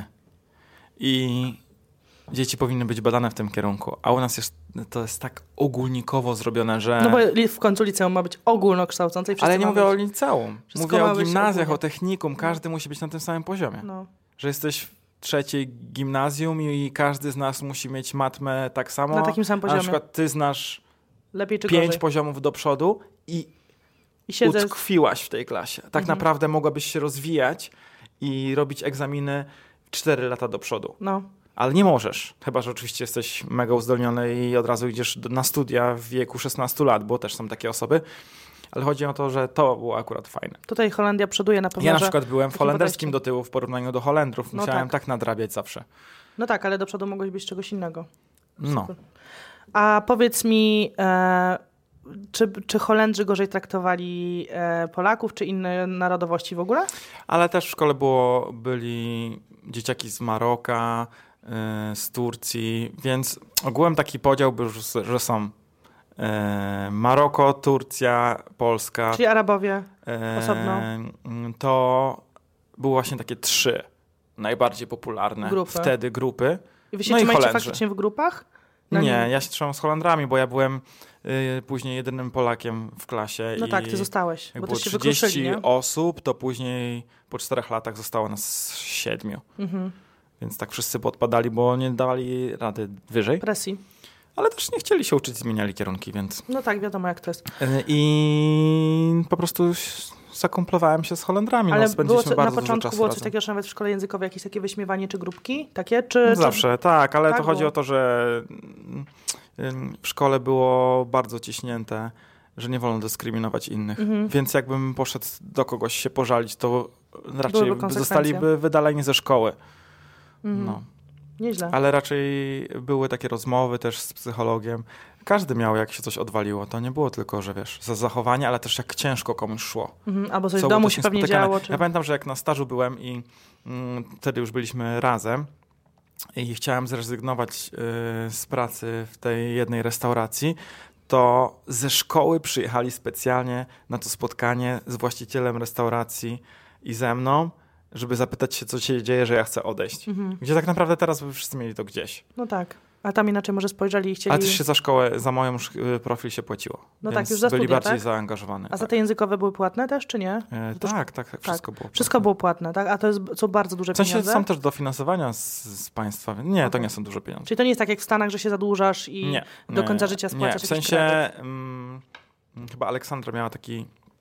i dzieci powinny być badane w tym kierunku, a u nas jest, to jest tak ogólnikowo zrobione, że... No bo w końcu liceum ma być ogólnokształcące i wszyscy Ale nie mówię być... o liceum, mówię o gimnazjach, o technikum, każdy no. musi być na tym samym poziomie, no. że jesteś w trzeciej gimnazjum i każdy z nas musi mieć matmę tak samo, na takim samym poziomie. A na przykład ty znasz Lepiej czy pięć gorzej. poziomów do przodu i, I siedzę... utkwiłaś w tej klasie. Tak mhm. naprawdę mogłabyś się rozwijać i robić egzaminy cztery lata do przodu. No. Ale nie możesz, chyba że oczywiście jesteś mega uzdolniony i od razu idziesz na studia w wieku szesnastu lat, bo też są takie osoby. Ale chodzi o to, że to było akurat fajne. Tutaj Holandia przoduje na pewno. Ja na przykład byłem w holenderskim do tyłu w porównaniu do Holendrów. Musiałem no tak. tak nadrabiać zawsze. No tak, ale do przodu mogłeś być czegoś innego. No. Super. A powiedz mi, e, czy, czy Holendrzy gorzej traktowali e, Polaków, czy inne narodowości w ogóle? Ale też w szkole było, byli dzieciaki z Maroka, e, z Turcji, więc ogółem taki podział był, że, że są e, Maroko, Turcja, Polska. Czyli Arabowie e, osobno. To były właśnie takie trzy najbardziej popularne grupy. wtedy grupy. I wy się no trzymacie i Holendrzy. faktycznie w grupach? No nie, nie, ja się trzymam z Holendrami, bo ja byłem y, później jedynym Polakiem w klasie. No i tak, ty zostałeś, jak bo było też się wykruszyli, trzydzieści nie? osób, to później po czterech latach zostało nas siedmiu. Mhm. Więc tak wszyscy podpadali, bo nie dawali rady wyżej. Presji. Ale też nie chcieli się uczyć, zmieniali kierunki, więc... No tak, wiadomo jak to jest. Y, I po prostu zakumplowałem się z Holendrami. Ale no, spędziliśmy było co, bardzo na początku dużo czasu było coś razem. takiego, że nawet w szkole językowej jakieś takie wyśmiewanie czy grupki takie? Czy, Zawsze, tak, ale Tak to chodzi było? o to, że ym, w szkole było bardzo ciśnięte, że nie wolno dyskryminować innych. Mhm. Więc jakbym poszedł do kogoś się pożalić, to raczej Byłyby konsekwencje. zostaliby wydaleni ze szkoły. Czy... Mhm. No. Nieźle. Ale raczej były takie rozmowy też z psychologiem. Każdy miał, jak się coś odwaliło. To nie było tylko, że wiesz, za zachowanie, ale też jak ciężko komuś szło. Mhm. Albo coś Co w było domu też się pewnie niespotykane. działo. Czy... Ja pamiętam, że jak na stażu byłem i mm, wtedy już byliśmy razem i chciałem zrezygnować y, z pracy w tej jednej restauracji, to ze szkoły przyjechali specjalnie na to spotkanie z właścicielem restauracji i ze mną, żeby zapytać się, co się dzieje, że ja chcę odejść. Mhm. Gdzie tak naprawdę teraz by wszyscy mieli to gdzieś. No tak. A tam inaczej może spojrzeli i chcieli... Ale też się za szkołę, za moją sz- profil się płaciło. No więc tak, już za byli studia, bardziej tak? zaangażowani. A za tak. te językowe były płatne też, czy nie? E, To tak, tak, tak, wszystko było. Wszystko płatne. było płatne, tak? A to jest, są bardzo duże W sensie pieniądze? są też dofinansowania z, z państwa. więc Nie, to Okej. nie są duże pieniądze. Czyli to nie jest tak jak w Stanach, że się zadłużasz i Nie, do nie, końca życia nie. spłacasz W jakiś sensie kredyt? mm, chyba Aleksandra miała taki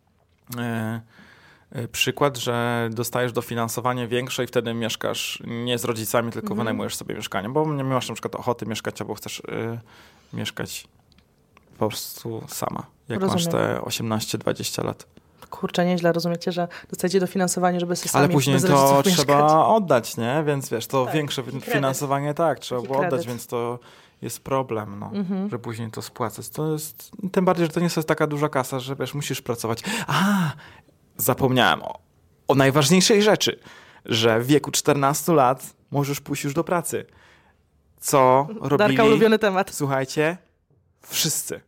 e, e, przykład, że dostajesz dofinansowanie większe i wtedy mieszkasz nie z rodzicami, tylko Mhm. wynajmujesz sobie mieszkanie, bo nie masz na przykład ochoty mieszkać, albo chcesz e, mieszkać po prostu sama, jak masz Rozumiem. te osiemnaście dwadzieścia lat. Kurczę, nieźle rozumiecie, że dostajecie dofinansowanie, żeby sobie Ale sami później bez to rodziców trzeba mieszkać. oddać, nie? Więc wiesz, to Tak, większe i kredyt. finansowanie tak, trzeba Taki było oddać, kredyt. więc to jest problem, no, Mhm. że później to spłacać. To jest, tym bardziej, że to nie jest taka duża kasa, że wiesz, musisz pracować. A, zapomniałem o, o najważniejszej rzeczy, że w wieku czternastu lat możesz pójść już do pracy. Co robili, Darka, ulubiony temat. słuchajcie, wszyscy.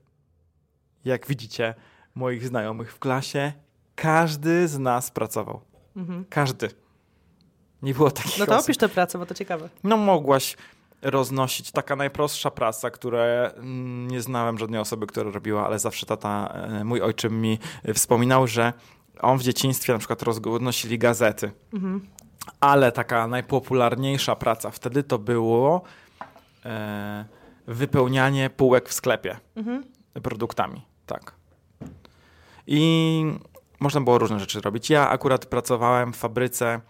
Jak widzicie, moich znajomych w klasie, każdy z nas pracował. Mhm. Każdy. Nie było takich No to osób. opisz tę pracę, bo to ciekawe. No mogłaś roznosić. Taka najprostsza praca, którą mm, nie znałem żadnej osoby, która robiła, ale zawsze tata, e, mój ojczym mi e, wspominał, że on w dzieciństwie na przykład roznosili gazety. Mhm. Ale taka najpopularniejsza praca wtedy to było e, wypełnianie półek w sklepie Mhm. produktami. Tak. I można było różne rzeczy robić. Ja akurat pracowałem w fabryce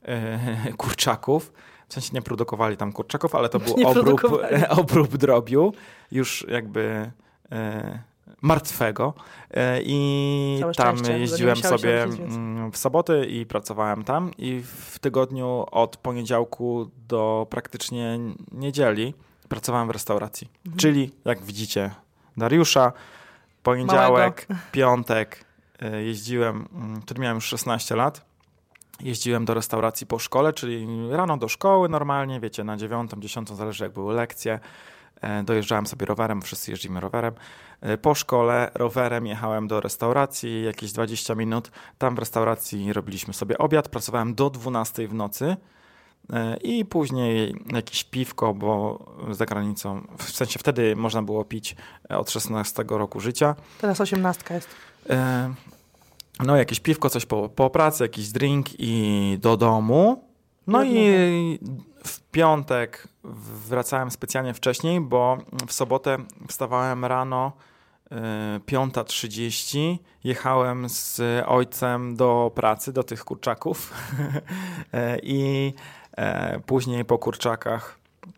e, kurczaków. W sensie nie produkowali tam kurczaków, ale to był Nie obrób, produkowali. obrób drobiu, już jakby e, martwego. E, I Całe tam szczęście, że nie jeździłem musiałeś sobie robić nic. mm, w soboty i pracowałem tam. I w tygodniu od poniedziałku do praktycznie niedzieli pracowałem w restauracji. Mhm. Czyli, jak widzicie, Dariusza, poniedziałek, piątek e, jeździłem, mm, wtedy miałem już szesnaście lat, jeździłem do restauracji po szkole, czyli rano do szkoły normalnie, wiecie, na dziewiątą, dziesiątą, zależy jak były lekcje. E, Dojeżdżałem sobie rowerem, wszyscy jeździmy rowerem. E, Po szkole rowerem jechałem do restauracji, jakieś dwadzieścia minut. Tam w restauracji robiliśmy sobie obiad, pracowałem do dwunastej w nocy. E, I później jakieś piwko, bo za granicą, w sensie wtedy można było pić e, od szesnastego roku życia. Teraz osiemnastka jest. E, No jakieś piwko, coś po, po pracy, jakiś drink i do domu. No Ładnie, i w piątek wracałem specjalnie wcześniej, bo w sobotę wstawałem rano e, piąta trzydzieści, jechałem z ojcem do pracy, do tych kurczaków E, i e, później po kurczakach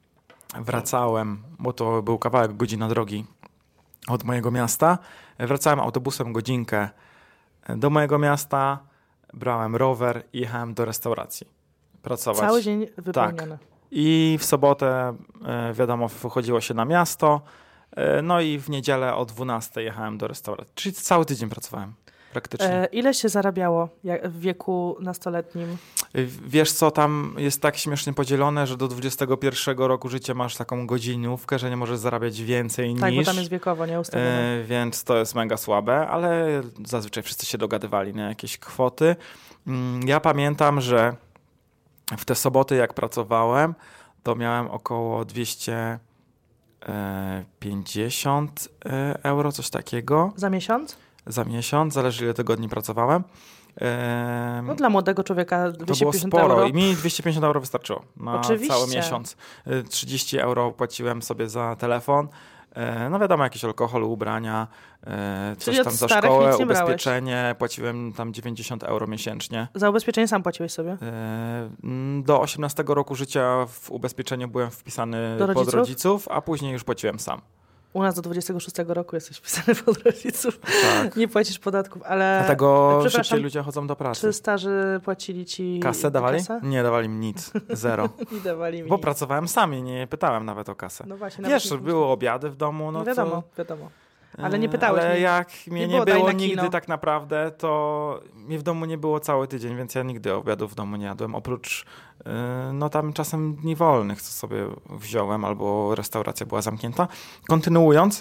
wracałem, bo to był kawałek, godzina drogi od mojego miasta. Wracałem autobusem godzinkę do mojego miasta, brałem rower i jechałem do restauracji pracować. Cały dzień wypełniony. I w sobotę, e, wiadomo, wychodziło się na miasto, e, no i w niedzielę o dwunastej jechałem do restauracji. Czyli cały tydzień pracowałem praktycznie. E, ile się zarabiało jak- w wieku nastoletnim? Wiesz co, tam jest tak śmiesznie podzielone, że do dwudziestego pierwszego roku życia masz taką godzinówkę, że nie możesz zarabiać więcej Tak, niż... bo tam jest wiekowo, nie ustawione. E, więc to jest mega słabe, ale zazwyczaj wszyscy się dogadywali na jakieś kwoty. Mm, Ja pamiętam, że w te soboty jak pracowałem, to miałem około dwieście e, pięćdziesiąt euro, coś takiego. Za miesiąc? Za miesiąc, zależy ile tygodni pracowałem. E, No dla młodego człowieka to dwieście było pięćdziesiąt sporo euro. i mi dwieście pięćdziesiąt euro wystarczyło na Oczywiście. cały miesiąc. E, trzydzieści euro płaciłem sobie za telefon. E, no wiadomo, jakieś alkohol, ubrania, e, Czyli coś od tam za starych szkołę, nic nie brałeś? ubezpieczenie. Płaciłem tam dziewięćdziesiąt euro miesięcznie. Za ubezpieczenie sam płaciłeś sobie? E, m, Do osiemnastego roku życia w ubezpieczeniu byłem wpisany Do pod rodziców? rodziców, a później już płaciłem sam. U nas do dwudziestego szóstego roku jesteś wpisany pod rodziców. Tak. Nie płacisz podatków, ale... Dlatego przepraszam, szybciej ludzie chodzą do pracy. Czy starzy płacili ci... Kasę dawali? Kasę? Nie, dawali mi nic. Zero. Nie dawali mi Bo nic. pracowałem sam i nie pytałem nawet o kasę. No właśnie. nawet Wiesz, nie były obiady w domu, no No wiadomo, to... wiadomo. Ale nie pytałeś Ale mnie. jak mnie Nie nie, było, daj było na kino. nigdy tak naprawdę, to mnie w domu nie było cały tydzień, więc ja nigdy obiadów w domu nie jadłem, oprócz yy, no tam czasem dni wolnych, co sobie wziąłem, albo restauracja była zamknięta. Kontynuując,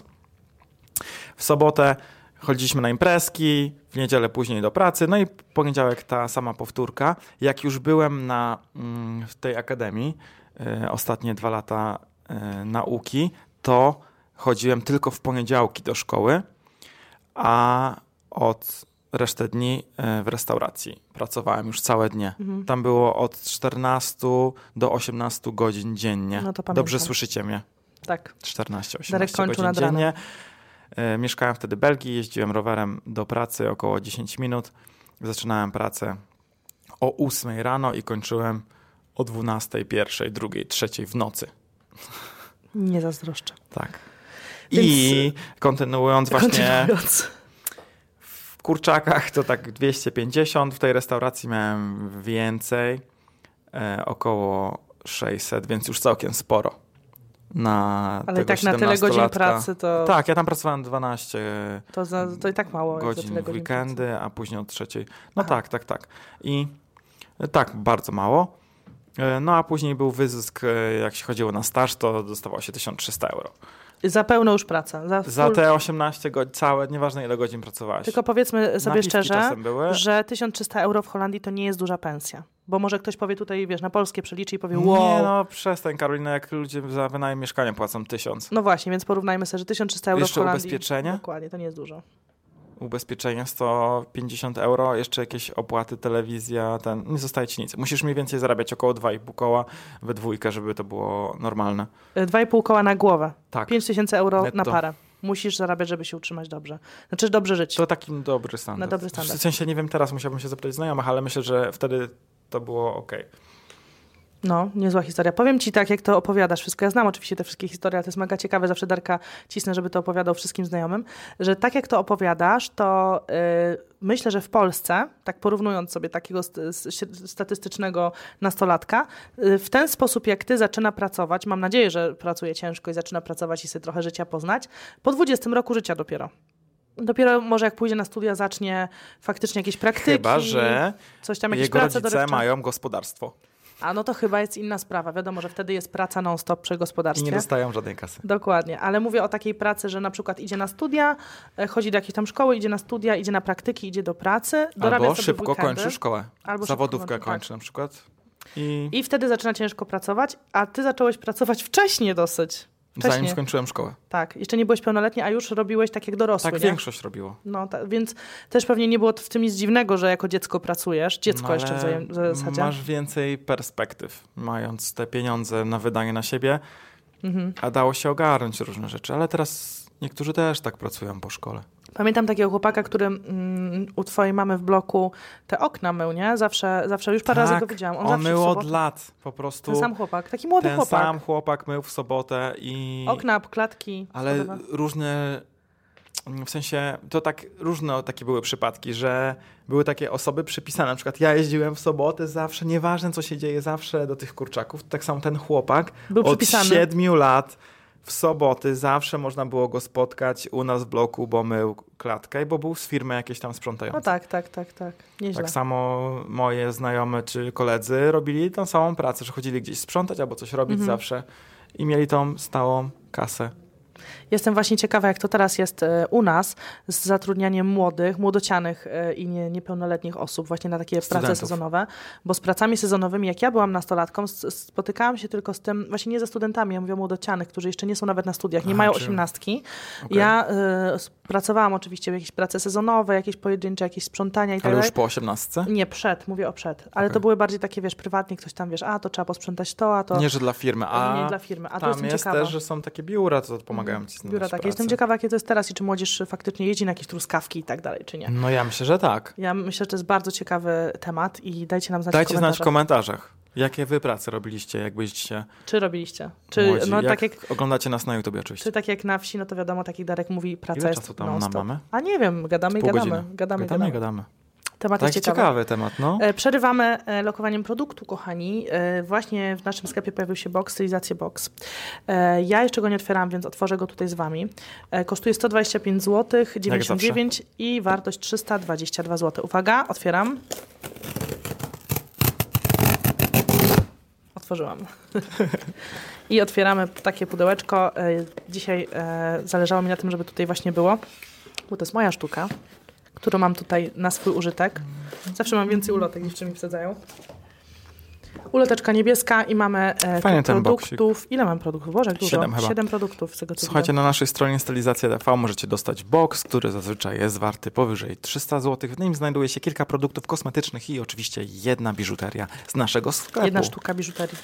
w sobotę chodziliśmy na imprezki, w niedzielę później do pracy, no i poniedziałek ta sama powtórka. Jak już byłem na, mm, w tej akademii, y, ostatnie dwa lata y, nauki, to chodziłem tylko w poniedziałki do szkoły, a od resztę dni y, w restauracji pracowałem już całe dnie. Mhm. Tam było od czternastu do osiemnastu godzin dziennie. No to pamiętam. Dobrze słyszycie mnie? Tak. czternaście Darek osiemnaście kończył godzin nad ranem. dziennie. E, Mieszkałem wtedy w Belgii, jeździłem rowerem do pracy około dziesięć minut. Zaczynałem pracę o ósmej rano i kończyłem o dwunastej, pierwszej, drugiej, trzeciej w nocy. Nie zazdroszczę. Tak. Więc- I kontynuując właśnie Kontynuując. w kurczakach to tak dwieście pięćdziesiąt, w tej restauracji miałem więcej, e, około sześćset, więc już całkiem sporo. Na Ale i tego tak na tyle godzin siedemnastolatka. pracy to, Tak, ja tam pracowałem dwanaście to, za, to i tak mało. jak za godzin tyle w godzin weekendy, pracy. a później od trzeciej. No Aha. tak, tak, tak. I e, tak, bardzo mało. E, No a później był wyzysk, e, jak się chodziło na staż, to dostawało się tysiąc trzysta euro. Za pełną już pracę. Za, Za full... te osiemnaście godzin, całe, nieważne ile godzin pracowałeś. Tylko powiedzmy sobie Napiwki szczerze, czasem były. że tysiąc trzysta euro w Holandii to nie jest duża pensja. Bo może ktoś powie tutaj, wiesz, na polskie przeliczy i powie wow. Nie no, przestań Karolina, jak ludzie za wynajem mieszkania płacą tysiąc. No właśnie, więc porównajmy sobie, że tysiąc trzysta euro Jeszcze w Holandii. ubezpieczenie? Dokładnie, to nie jest dużo. Ubezpieczenie sto pięćdziesiąt euro, jeszcze jakieś opłaty, telewizja, ten, nie zostaje ci nic. Musisz mniej więcej zarabiać około dwa i pół koła we dwójkę, żeby to było normalne. E, Dwa i pół koła na głowę. Tak. Pięć tysięcy euro Netto. na parę. Musisz zarabiać, żeby się utrzymać dobrze. Znaczy dobrze żyć. To taki dobry standard. Na dobry standard. W sensie nie wiem teraz, musiałbym się zapytać znajomych, ale myślę, że wtedy to było okej. No, niezła historia. Powiem ci tak, jak to opowiadasz wszystko. Ja znam oczywiście te wszystkie historie, ale to jest mega ciekawe. Zawsze Darka cisnę, żeby to opowiadał wszystkim znajomym. Że tak jak to opowiadasz, to yy, myślę, że w Polsce, tak porównując sobie takiego st- s- statystycznego nastolatka, yy, w ten sposób jak ty zaczyna pracować, mam nadzieję, że pracuje ciężko i zaczyna pracować i sobie trochę życia poznać, po dwudziestym roku życia dopiero. Dopiero może jak pójdzie na studia, zacznie faktycznie jakieś praktyki. Chyba, że coś tam, jakieś jego prace rodzice dorywcze. mają gospodarstwo A no to chyba jest inna sprawa. Wiadomo, że wtedy jest praca non-stop przy i gospodarstwie. nie dostają żadnej kasy. Dokładnie, ale mówię o takiej pracy, że na przykład idzie na studia, e, chodzi do jakiejś tam szkoły, idzie na studia, idzie na praktyki, idzie do pracy, dorabia Albo sobie szybko weekendy, kończy szkołę. Albo Zawodówkę szybko kończy, kończy na przykład. I, I wtedy zaczyna ciężko pracować, a ty zacząłeś pracować wcześniej dosyć. zanim Wcześniej. skończyłem szkołę. Tak, jeszcze nie byłeś pełnoletni, a już robiłeś tak jak dorosły, Tak nie? większość robiło. No, ta, więc też pewnie nie było w tym nic dziwnego, że jako dziecko pracujesz. Dziecko No, jeszcze w, ale zajem- w zasadzie. masz więcej perspektyw, mając te pieniądze na wydanie na siebie, Mhm. a dało się ogarnąć różne rzeczy. Ale teraz niektórzy też tak pracują po szkole. Pamiętam takiego chłopaka, który mm, u twojej mamy w bloku te okna mył, nie? Zawsze, zawsze już parę razy go widziałam. on, zawsze w mył od sobotę- lat po prostu. Ten sam chłopak, taki młody Ten chłopak. sam chłopak mył w sobotę i... Okna, klatki. Ale schodowe. różne, w sensie, to tak różne takie były przypadki, że były takie osoby przypisane, na przykład ja jeździłem w sobotę zawsze, nieważne co się dzieje, zawsze do tych kurczaków. Tak samo ten chłopak Był od przypisany. siedmiu lat w soboty zawsze można było go spotkać u nas w bloku, bo mył klatkę, bo był z firmy jakiejś tam sprzątającej. No tak, tak, tak, tak. Nieźle. Tak samo moje znajome czy koledzy robili tą samą pracę, że chodzili gdzieś sprzątać albo coś robić Mhm. zawsze i mieli tą stałą kasę. Jestem właśnie ciekawa, jak to teraz jest e, u nas z zatrudnianiem młodych, młodocianych e, i nie, niepełnoletnich osób właśnie na takie Studentów. prace sezonowe, bo z pracami sezonowymi, jak ja byłam nastolatką, s- spotykałam się tylko z tym, właśnie nie ze studentami, ja mówię o młodocianych, którzy jeszcze nie są nawet na studiach, nie Aha, mają czyli- osiemnastki. Okej. Ja e, s- pracowałam oczywiście w jakieś prace sezonowe, jakieś pojedyncze, jakieś sprzątania i tak Ale dalej. już po osiemnastce? Nie, przed, mówię o przed, ale Okej. to były bardziej takie, wiesz, prywatnie, ktoś tam, wiesz, a to trzeba posprzątać to, a to Nie, że dla firmy, a nie dla firmy, a tu tam jestem jest ciekawa. też, że są takie biura, co pomagają ci znaleźć Biura takie. pracę. Jestem ciekawa, jakie to jest teraz i czy młodzież faktycznie jeździ na jakieś truskawki i tak dalej, czy nie. No ja myślę, że tak. Ja myślę, że to jest bardzo ciekawy temat i dajcie nam znać Dajcie w znać w komentarzach. komentarzach, jakie wy prace robiliście, jak byliście Czy robiliście? Czy, młodzi. no, jak tak jak, oglądacie nas na YouTube oczywiście. czy tak jak na wsi, no to wiadomo, tak jak Darek mówi, praca Ile jest czasu tam non-stop. mamy? A nie wiem, gadamy i Pół gadamy. godziny. Gadamy, i gadamy, gadamy. gadamy. Temat Taki jest ciekawy. ciekawy temat, no. E, Przerywamy e, lokowaniem produktu, kochani. E, Właśnie w naszym sklepie pojawił się box, stylizację box. E, Ja jeszcze go nie otwieram, więc otworzę go tutaj z wami. E, Kosztuje sto dwadzieścia pięć złotych, dziewięćdziesiąt dziewięć i wartość trzysta dwadzieścia dwa złote. Uwaga, otwieram. Otworzyłam. I otwieramy takie pudełeczko. E, Dzisiaj e, zależało mi na tym, żeby tutaj właśnie było, bo to jest moja sztuka, którą mam tutaj na swój użytek. Zawsze mam więcej ulotek, dziewczyny mi wsadzają. Uloteczka niebieska i mamy e, Fajny ten produktów. Ile mam produktów? Boże, jak dużo. Siedem chyba. Siedem produktów z tego co Słuchajcie, widzę. na naszej stronie stylizacja T V możecie dostać box, który zazwyczaj jest warty powyżej trzysta złotych. W nim znajduje się kilka produktów kosmetycznych i oczywiście jedna biżuteria z naszego sklepu. Jedna sztuka biżuterii.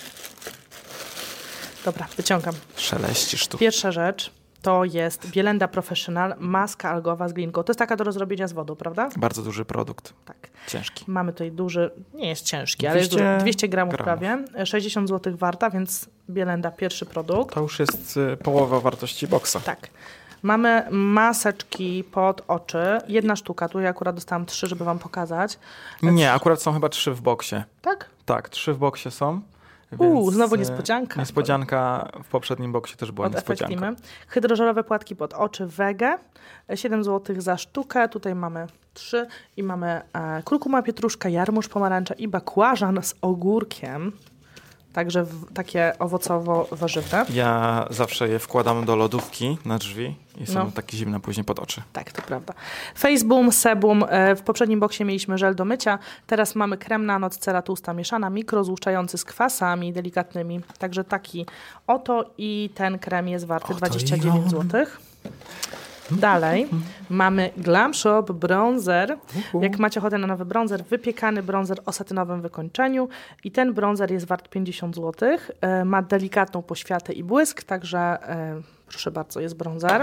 Dobra, wyciągam. Szeleści sztuk. Pierwsza rzecz to jest Bielenda Professional maska algowa z glinką. To jest taka do rozrobienia z wodą, prawda? Bardzo duży produkt. Tak. Ciężki. Mamy tutaj duży, nie jest ciężki, ale jest dwieście duży, dwieście gramów, gramów. prawie. sześćdziesiąt złotych warta, więc Bielenda pierwszy produkt. To już jest y, połowa wartości boxa. Tak. Mamy maseczki pod oczy. Jedna sztuka. Tu ja akurat dostałam trzy, żeby wam pokazać. Nie, akurat są chyba trzy w boksie. Tak? Tak, trzy w boksie są. Uuu, więc, znowu y, niespodzianka. Niespodzianka. W poprzednim boksie też była Od niespodzianka. Effectimy. Hydrożelowe płatki pod oczy Wege. siedem złotych za sztukę. Tutaj mamy trzy. I mamy e, kurkuma, pietruszka, jarmuż, pomarańcza i bakłażan z ogórkiem. Także w, takie owocowo-warzywne. Ja zawsze je wkładam do lodówki na drzwi i są No. takie zimne później pod oczy. Tak, to prawda. Faceboom, Sebum. E, W poprzednim boksie mieliśmy żel do mycia. Teraz mamy krem na noc, cera tłusta mieszana, mikrozłuszczający z kwasami delikatnymi. Także taki oto i ten krem jest warty Oto dwadzieścia i dziewięć on. złotych. Dalej mamy Glam Shop bronzer. Jak macie ochotę na nowy bronzer, wypiekany bronzer o satynowym wykończeniu i ten bronzer jest wart pięćdziesiąt złotych. E, Ma delikatną poświatę i błysk, także e, proszę bardzo, jest bronzer.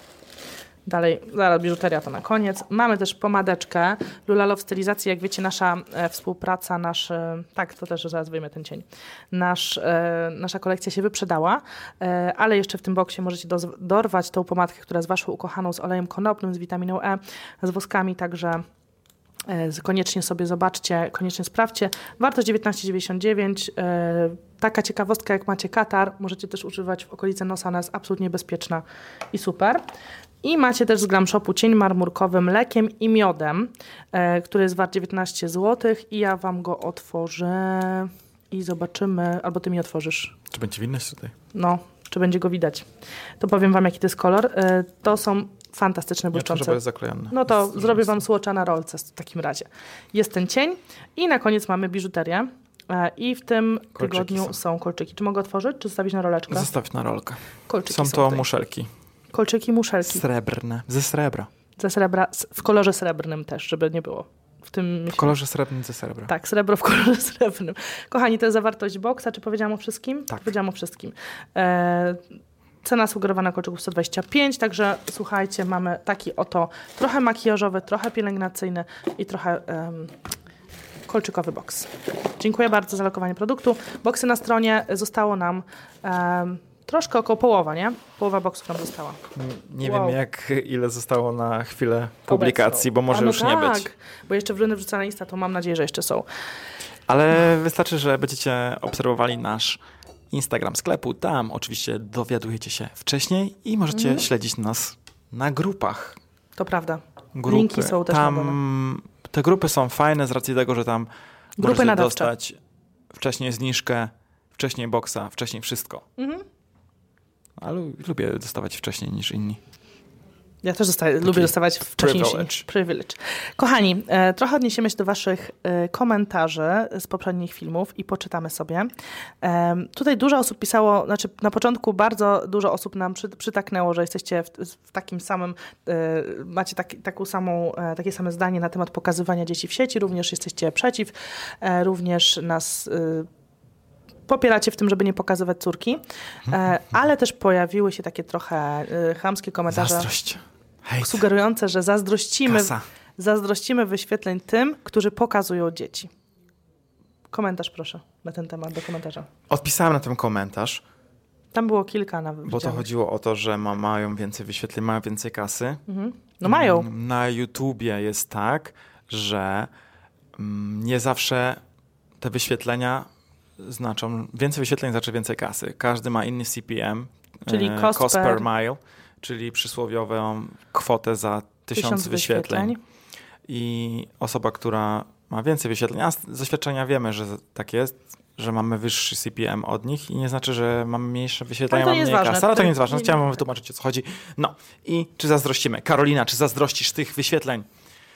Dalej, zaraz biżuteria to na koniec. Mamy też pomadeczkę Lula Love stylizacji. Jak wiecie, nasza e, współpraca, nasz, e, tak, to też zaraz wyjmę ten cień. Nasz, e, nasza kolekcja się wyprzedała, e, ale jeszcze w tym boksie możecie doz, dorwać tą pomadkę, która jest waszą ukochaną, z olejem konopnym, z witaminą E, z woskami, także e, koniecznie sobie zobaczcie, koniecznie sprawdźcie. Wartość dziewiętnaście dziewięćdziesiąt dziewięć. E, taka ciekawostka, jak macie katar, możecie też używać w okolicy nosa, ona jest absolutnie bezpieczna i super. I macie też z Glam Shopu cień marmurkowy mlekiem i miodem, e, który jest wart dziewiętnaście złotych i ja wam go otworzę i zobaczymy, albo ty mi otworzysz. Czy będzie widność tutaj? No, czy będzie go widać. To powiem wam, jaki to jest kolor. E, to są fantastyczne, Nie, to błyszczące. żeby jest zaklejone. No to Jest- zrobię wam słocza na rolce w takim razie. Jest ten cień i na koniec mamy biżuterię. E, I w tym Kolczyki tygodniu są. są kolczyki. Czy mogę otworzyć, czy zostawić na roleczkę? Zostawić na rolkę. Kolczyki Są są to tutaj. muszelki. Kolczyki, muszelki. Srebrne. Ze srebra. Ze srebra, s- w kolorze srebrnym też, żeby nie było. W tym W kolorze srebrnym ze srebra. Tak, srebro w kolorze srebrnym. Kochani, to jest zawartość boksa. Czy powiedziałam o wszystkim? Tak. Powiedziałam o wszystkim. E, cena sugerowana kolczyków sto dwadzieścia pięć, także słuchajcie, mamy taki oto trochę makijażowy, trochę pielęgnacyjny i trochę em, kolczykowy boks. Dziękuję bardzo za lokowanie produktu. Boksy na stronie zostało nam em, troszkę około połowa, nie? Połowa boksów nam została. Nie Wow. wiem, jak ile zostało na chwilę publikacji, bo może A no już nie tak, być. bo jeszcze wrzucone wrzucane na Insta, to mam nadzieję, że jeszcze są. Ale wystarczy, że będziecie obserwowali nasz Instagram sklepu. Tam oczywiście dowiadujecie się wcześniej i możecie Mhm. śledzić nas na grupach. To prawda. Grupy. Linki są też na dole. Tam te grupy są fajne z racji tego, że tam Grupy możecie nadawcze. dostać wcześniej zniżkę, wcześniej boksa, wcześniej wszystko. Mhm. Ale lubię dostawać wcześniej niż inni. Ja też dostaję, lubię dostawać wcześniej. Privilege. Privilege. Kochani, e, trochę odniesiemy się do waszych e, komentarzy z poprzednich filmów i poczytamy sobie. E, tutaj dużo osób pisało, znaczy na początku bardzo dużo osób nam przy, przytaknęło, że jesteście w, w takim samym, e, macie taki, taką samą, e, takie same zdanie na temat pokazywania dzieci w sieci, również jesteście przeciw, e, również nas... E, popieracie w tym, żeby nie pokazywać córki, e, ale też pojawiły się takie trochę e, chamskie komentarze. Zazdrość. Hejt. Sugerujące, że zazdrościmy, Kasa. zazdrościmy wyświetleń tym, którzy pokazują dzieci. Komentarz proszę na ten temat, do komentarza. Odpisałem na ten komentarz, Tam było kilka nawet. bo to widziałem. chodziło o to, że ma, mają więcej wyświetleń, mają więcej kasy. Mhm. No mają. Na YouTubie jest tak, że mm, nie zawsze te wyświetlenia znaczą, więcej wyświetleń znaczy więcej kasy. Każdy ma inny C P M, Czyli e, cost cost per, per mile, czyli przysłowiową kwotę za tysiąc, Tysiąc wyświetleń. wyświetleń. I osoba, która ma więcej wyświetleń, a z doświadczenia wiemy, że tak jest, że mamy wyższy C P M od nich i nie znaczy, że mamy mniejsze wyświetlenia, Ale to mamy nie jest mniej ważne. kasy, ale to nie jest To ważne. nie- Chciałem wam wytłumaczyć, o co chodzi. No i czy zazdrościmy? Karolina, czy zazdrościsz tych wyświetleń?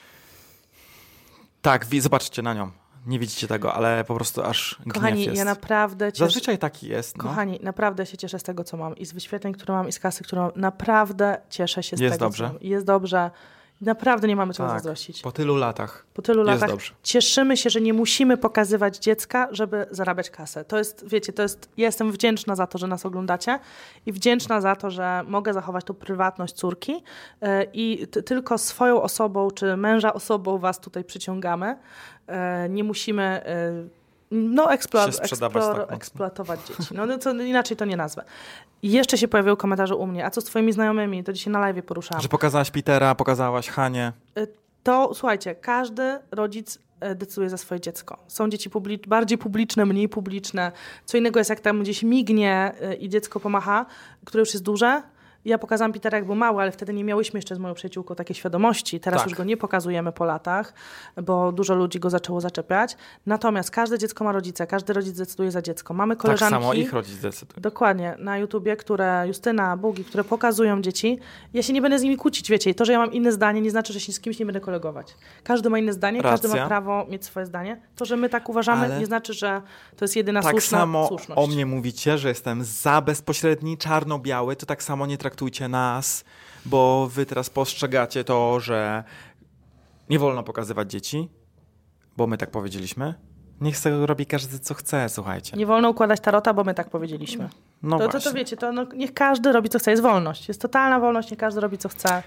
Tak, wi- zobaczcie na nią. Nie widzicie tego, ale po prostu aż gniew Kochani, jest. ja naprawdę cieszę, Zazwyczaj taki jest. No. kochani, naprawdę się cieszę z tego, co mam i z wyświetleń, które mam i z kasy, którą mam. Naprawdę cieszę się z Jest tego, dobrze. co mam. Jest dobrze. Naprawdę nie mamy czego Tak, zazdrościć. po tylu latach. Po tylu Jest latach dobrze. cieszymy się, że nie musimy pokazywać dziecka, żeby zarabiać kasę. To jest, wiecie, to jest, ja jestem wdzięczna za to, że nas oglądacie i wdzięczna za to, że mogę zachować tą prywatność córki yy, i t- tylko swoją osobą, czy męża osobą was tutaj przyciągamy. Yy, nie musimy yy, no, eksplo- Się sprzedawać eksploro- tak mocno. eksploatować dzieci. No, no to inaczej to nie nazwę. I jeszcze się pojawiły komentarze u mnie. A co z twoimi znajomymi? To dzisiaj na live poruszałam. Że pokazałaś Petera, pokazałaś Hanię. To słuchajcie, każdy rodzic e, decyduje za swoje dziecko. Są dzieci publicz- bardziej publiczne, mniej publiczne. Co innego jest, jak tam gdzieś mignie e, i dziecko pomacha, które już jest duże. Ja pokazałam Petera, jak był mały, ale wtedy nie miałyśmy jeszcze z moją przyjaciółką takiej świadomości. Teraz Tak. już go nie pokazujemy po latach, bo dużo ludzi go zaczęło zaczepiać. Natomiast każde dziecko ma rodzice, każdy rodzic decyduje za dziecko. Mamy Tak koleżanki... samo ich rodzic decyduje. Dokładnie, na YouTubie, które Justyna, Bugi, które pokazują dzieci. Ja się nie będę z nimi kłócić, wiecie. I to, że ja mam inne zdanie, nie znaczy, że się z kimś nie będę kolegować. Każdy ma inne zdanie, każdy Racja. ma prawo mieć swoje zdanie. To, że my tak uważamy, Ale- nie znaczy, że to jest jedyna Tak słuszna samo słuszność. o mnie mówicie, że jestem za bezpośredni, czarno-biały, to tak samo nie traktujcie nas, bo wy teraz postrzegacie to, że nie wolno pokazywać dzieci, bo my tak powiedzieliśmy. Niech sobie robi każdy, co chce, słuchajcie. Nie wolno układać tarota, bo my tak powiedzieliśmy. No to, to, właśnie. to wiecie, to no, niech każdy robi, co chce. Jest wolność. Jest totalna wolność, niech każdy robi, co chce.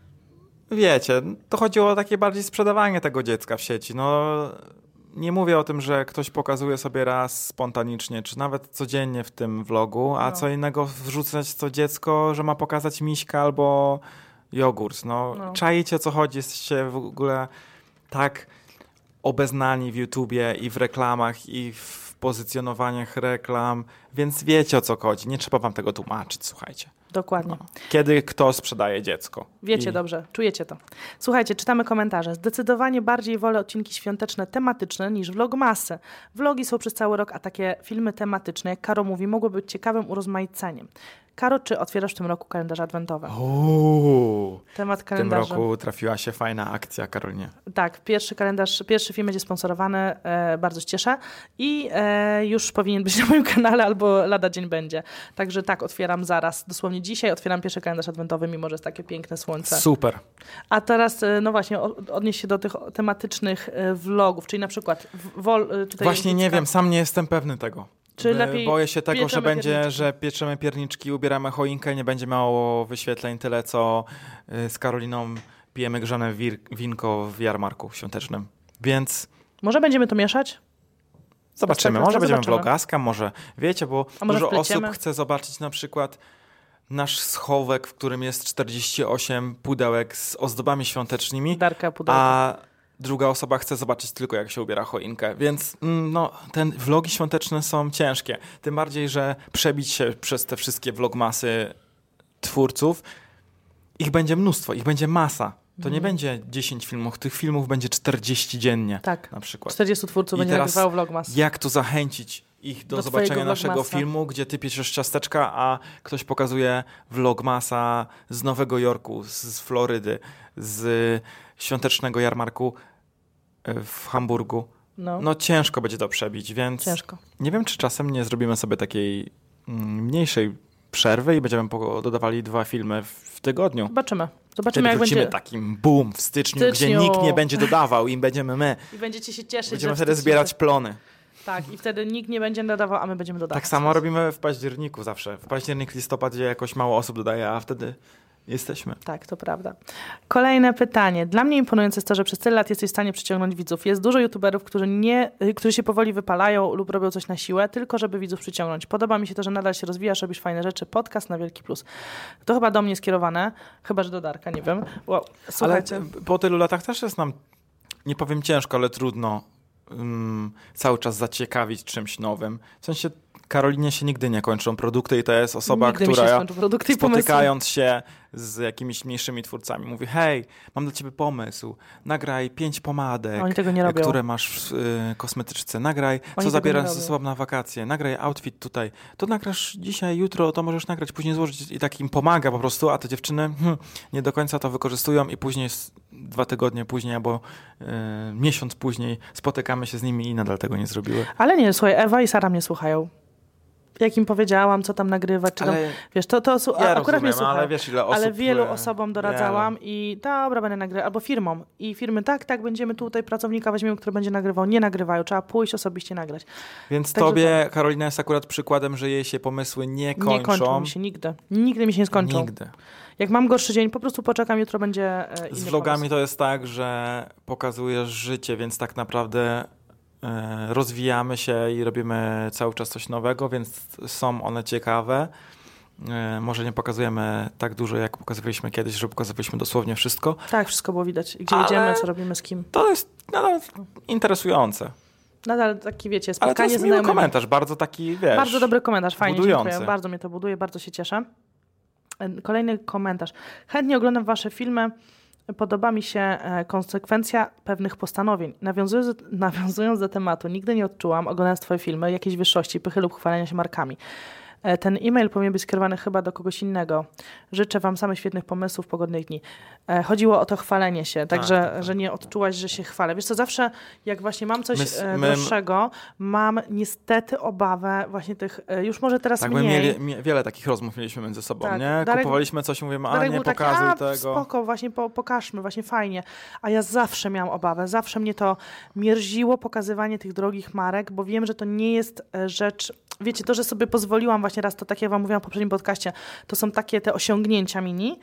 Wiecie, to chodziło o takie bardziej sprzedawanie tego dziecka w sieci. No, nie mówię o tym, że ktoś pokazuje sobie raz spontanicznie, czy nawet codziennie w tym vlogu, a No. co innego wrzucać to dziecko, że ma pokazać miśka albo jogurt. No, No. czaicie, o co chodzi, jesteście w ogóle tak obeznani w YouTubie i w reklamach i w pozycjonowaniach reklam, więc wiecie, o co chodzi. Nie trzeba wam tego tłumaczyć, słuchajcie. Dokładnie. Kiedy kto sprzedaje dziecko. Wiecie I- dobrze, czujecie to. Słuchajcie, czytamy komentarze. Zdecydowanie bardziej wolę odcinki świąteczne, tematyczne niż vlogmasy. Vlogi są przez cały rok, a takie filmy tematyczne, jak Karo mówi, mogły być ciekawym urozmaiceniem. Karo, czy otwierasz w tym roku kalendarze adwentowe? Uuu, Temat w tym kalendarza. roku trafiła się fajna akcja, Karolinie. Tak, pierwszy kalendarz, pierwszy film będzie sponsorowany, e, bardzo się cieszę i e, już powinien być na moim kanale albo lada dzień będzie. Także tak, otwieram zaraz, dosłownie dzisiaj otwieram pierwszy kalendarz adwentowy, mimo że jest takie piękne słońce. Super. A teraz, e, no właśnie, o- odnieść się do tych tematycznych e, vlogów, czyli na przykład w- wol, e, tutaj Właśnie nie Jędzycka. wiem, sam nie jestem pewny tego. Czy By- lepiej Boję się tego, że pieczemy będzie, pierniczki? że pieczemy pierniczki, ubieramy choinkę, nie będzie miało wyświetleń tyle, co y, z Karoliną pijemy grzane wir- winko w jarmarku świątecznym. Więc Może będziemy to mieszać? zobaczymy. Następny Może raz będziemy zobaczymy. vlogaska, może wiecie, bo A może dużo wpleciemy? osób chce zobaczyć na przykład nasz schowek, w którym jest czterdzieści osiem pudełek z ozdobami świątecznymi, Darka pudełka. a druga osoba chce zobaczyć tylko, jak się ubiera choinkę. Więc mm, no, ten vlogi świąteczne są ciężkie. Tym bardziej, że przebić się przez te wszystkie vlogmasy twórców, ich będzie mnóstwo, ich będzie masa. To nie będzie dziesięć filmów, tych filmów będzie czterdzieści dziennie Tak, na przykład. czterdziestu twórców I będzie teraz nagrywało vlogmas. Jak to zachęcić ich do, Do zobaczenia twojego naszego vlogmasa. filmu, gdzie ty piszesz ciasteczka, a ktoś pokazuje vlogmasa z Nowego Jorku, z, z Florydy, z świątecznego jarmarku y, w Hamburgu. No, No ciężko będzie to przebić, więc ciężko. nie wiem, czy czasem nie zrobimy sobie takiej mm, mniejszej przerwy i będziemy po- dodawali dwa filmy w, w tygodniu. Zobaczymy. Zobaczymy, Wtedy jak wrócimy będzie. takim boom w styczniu, W gdzie styczniu. nikt nie będzie dodawał i będziemy my. I będziecie się cieszyć. Będziemy że wtedy wstydźcie zbierać się. plony. Tak, i wtedy nikt nie będzie dodawał, a my będziemy dodawać. Tak samo robimy w październiku zawsze. W październik, listopadzie jakoś mało osób dodaje, a wtedy jesteśmy. Tak, to prawda. Kolejne pytanie. Dla mnie imponujące jest to, że przez tyle lat jesteś w stanie przyciągnąć widzów. Jest dużo youtuberów, którzy, nie, y, którzy się powoli wypalają lub robią coś na siłę, tylko żeby widzów przyciągnąć. Podoba mi się to, że nadal się rozwijasz, robisz fajne rzeczy. Podcast na wielki plus. To chyba do mnie skierowane, chyba że do Darka, nie wiem. Wow. Słuchajcie. Ale po tylu latach też jest nam, nie powiem ciężko, ale trudno um, cały czas zaciekawić czymś nowym. W sensie Karolinie się nigdy nie kończą produkty i to jest osoba, Nigdy mi się która skończą produkty i pomysły. spotykając się z jakimiś mniejszymi twórcami mówi: hej, mam dla ciebie pomysł, nagraj pięć pomadek, Oni tego nie robią. które masz w y, kosmetyczce, nagraj, Oni co tego zabierasz nie ze robią. sobą na wakacje, nagraj outfit tutaj, to nagrasz dzisiaj, jutro, to możesz nagrać, później złożyć i tak im pomaga po prostu, a te dziewczyny hmm, nie do końca to wykorzystują i później s- dwa tygodnie później albo y, miesiąc później spotykamy się z nimi i nadal tego nie zrobiły. Ale nie, słuchaj, Ewa i Sara mnie słuchają. Jak im powiedziałam, co tam nagrywać, czy tam, Ale wiesz, to, to su- ja akurat rozumiem, mnie słuchają. ale wiesz ile osób... Ale wielu e, osobom doradzałam i dobra, będę nagrywał, albo firmom. I firmy, tak, tak, będziemy tutaj pracownika weźmiemy, który będzie nagrywał. Nie nagrywają, trzeba pójść osobiście nagrać. Więc Także tobie, Karolina, jest akurat przykładem, że jej się pomysły nie kończą. Nie kończą mi się nigdy. Nigdy mi się nie skończą. Nigdy. Jak mam gorszy dzień, po prostu poczekam, jutro będzie e, inny Z vlogami pomysł. to jest tak, że pokazujesz życie, więc tak naprawdę e, rozwijamy się i robimy cały czas coś nowego, więc są one ciekawe. E, może nie pokazujemy tak dużo, jak pokazywaliśmy kiedyś, że pokazywaliśmy dosłownie wszystko. Tak, wszystko było widać. Gdzie Ale- jedziemy, co robimy, z kim. To jest nadal interesujące. Nadal taki, wiecie, Ale to spotkanie jest z miły znajomymi. komentarz, bardzo taki, wiesz... Bardzo dobry komentarz, fajnie, budujący. dziękuję. Bardzo mnie to buduje, bardzo się cieszę. Kolejny komentarz. Chętnie oglądam wasze filmy. Podoba mi się e, konsekwencja pewnych postanowień. Nawiązując, nawiązując do tematu, nigdy nie odczułam, oglądając twoje filmy, jakiejś wyższości, pychy lub chwalenia się markami. E, ten e-mail powinien być skierowany chyba do kogoś innego. Życzę wam samych świetnych pomysłów, pogodnych dni. E, chodziło o to chwalenie się, także, tak, tak. że nie odczułaś, że się chwalę. Wiesz co, zawsze jak właśnie mam coś My s- e, my- droższego, mam niestety obawę właśnie tych, e, już może teraz Tak, my mniej. mieli, mie, wiele takich rozmów mieliśmy między sobą, Tak, nie? Darek- Kupowaliśmy coś i mówimy, a Darek nie był taki, pokazuj a, tego. spoko, właśnie po, pokażmy, właśnie fajnie. A ja zawsze miałam obawę, zawsze mnie to mierziło pokazywanie tych drogich marek, bo wiem, że to nie jest e, rzecz, wiecie, to, że sobie pozwoliłam właśnie raz, to tak jak wam mówiłam w poprzednim podcaście, to są takie te osiągnięcia mini,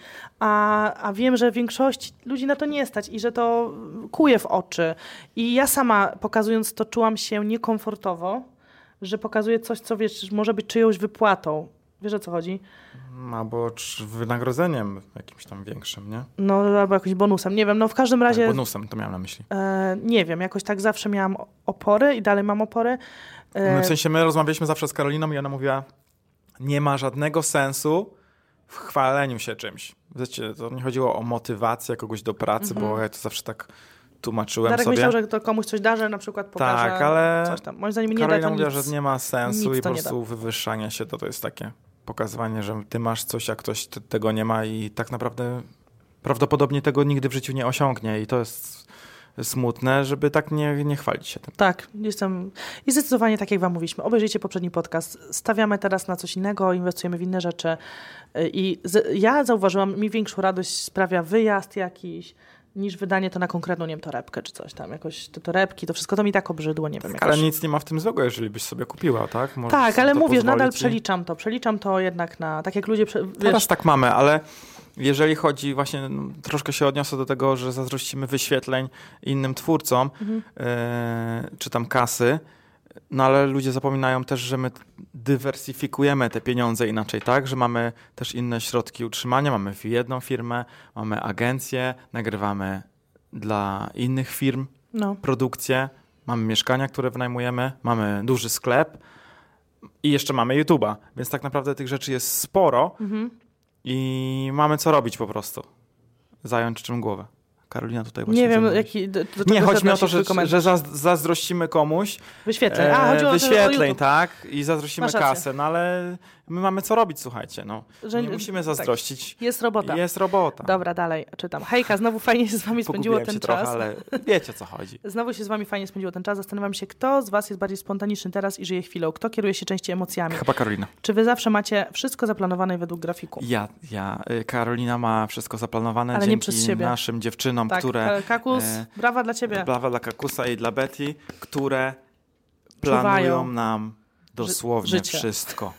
a, a wiem, że większość ludzi na to nie stać i że to kuje w oczy. I ja sama pokazując to czułam się niekomfortowo, że pokazuję coś, co wiesz, może być czyjąś wypłatą. Wiesz, o co chodzi? Albo czy wynagrodzeniem jakimś tam większym, nie? No, albo jakimś bonusem, nie wiem, no w każdym razie... Tak, bonusem, to miałem na myśli. E, nie wiem, jakoś tak zawsze miałam opory i dalej mam opory. E, No, w sensie my rozmawialiśmy zawsze z Karoliną i ona mówiła, nie ma żadnego sensu w chwaleniu się czymś. Wiecie, to nie chodziło o motywację kogoś do pracy, bo ja to zawsze tak tłumaczyłem Darek sobie. myślał, że to komuś coś darzy, na przykład pokaże Tak, ale coś tam. Moim zdaniem nie Karolina da to mówiła, nic. że nie ma sensu nic i to po nie prostu wywyższanie się to, to jest takie pokazywanie, że ty masz coś, a ktoś t- tego nie ma i tak naprawdę prawdopodobnie tego nigdy w życiu nie osiągnie i to jest smutne, żeby tak nie, nie chwalić się tym. Tak, jestem... I zdecydowanie tak jak wam mówiliśmy, obejrzyjcie poprzedni podcast, stawiamy teraz na coś innego, inwestujemy w inne rzeczy i z... ja zauważyłam, mi większą radość sprawia wyjazd jakiś, niż wydanie to na konkretną, nie wiem, torebkę czy coś tam, jakoś te torebki, to wszystko to mi tak obrzydło, nie wiem. Tak, ale jakoś... nic nie ma w tym złego, jeżeli byś sobie kupiła, tak? Możesz Tak, sobie ale to mówię, że nadal pozwolić i- przeliczam to, przeliczam to jednak na, tak jak ludzie, prze... wiesz, Teraz tak mamy, ale jeżeli chodzi właśnie, no, troszkę się odniosę do tego, że zazdrościmy wyświetleń innym twórcom, Mhm. e, czy tam kasy, no ale ludzie zapominają też, że my dywersyfikujemy te pieniądze inaczej, tak? Że mamy też inne środki utrzymania, mamy jedną firmę, mamy agencję, nagrywamy dla innych firm no. produkcję, mamy mieszkania, które wynajmujemy, mamy duży sklep i jeszcze mamy YouTube'a, więc tak naprawdę tych rzeczy jest sporo Mhm. i mamy co robić po prostu. Zająć czym głowę. Karolina tutaj właśnie Nie wiem, zamówi. jaki... Do, do Nie, tego chodzi mi o to, też że, komentarz. że zaz- zazdrościmy komuś Wyświetleń. A, chodzi o, e, o wyświetleń, YouTube. tak? I zazdrościmy Masz rację. kasę, no ale my mamy co robić, słuchajcie, no. Że- Nie musimy zazdrościć. Jest robota. Jest robota. Dobra, dalej czytam. Hejka, znowu fajnie się z wami spędziło Pogubiłem ten się czas. trochę, ale wiecie, o co chodzi. Znowu się z wami fajnie spędziło ten czas. Zastanawiam się, kto z was jest bardziej spontaniczny teraz i żyje chwilą. Kto kieruje się częściej emocjami? Chyba Karolina. Czy wy zawsze macie wszystko zaplanowane według grafiku? Ja, ja. y, Karolina ma wszystko zaplanowane Ale nie dzięki przez siebie. naszym dziewczynom, Tak, które... Ka- Kakus, e, brawa dla ciebie. Brawa dla Kakusa i dla Betty, które Czuwają. planują nam dosłownie życie. wszystko.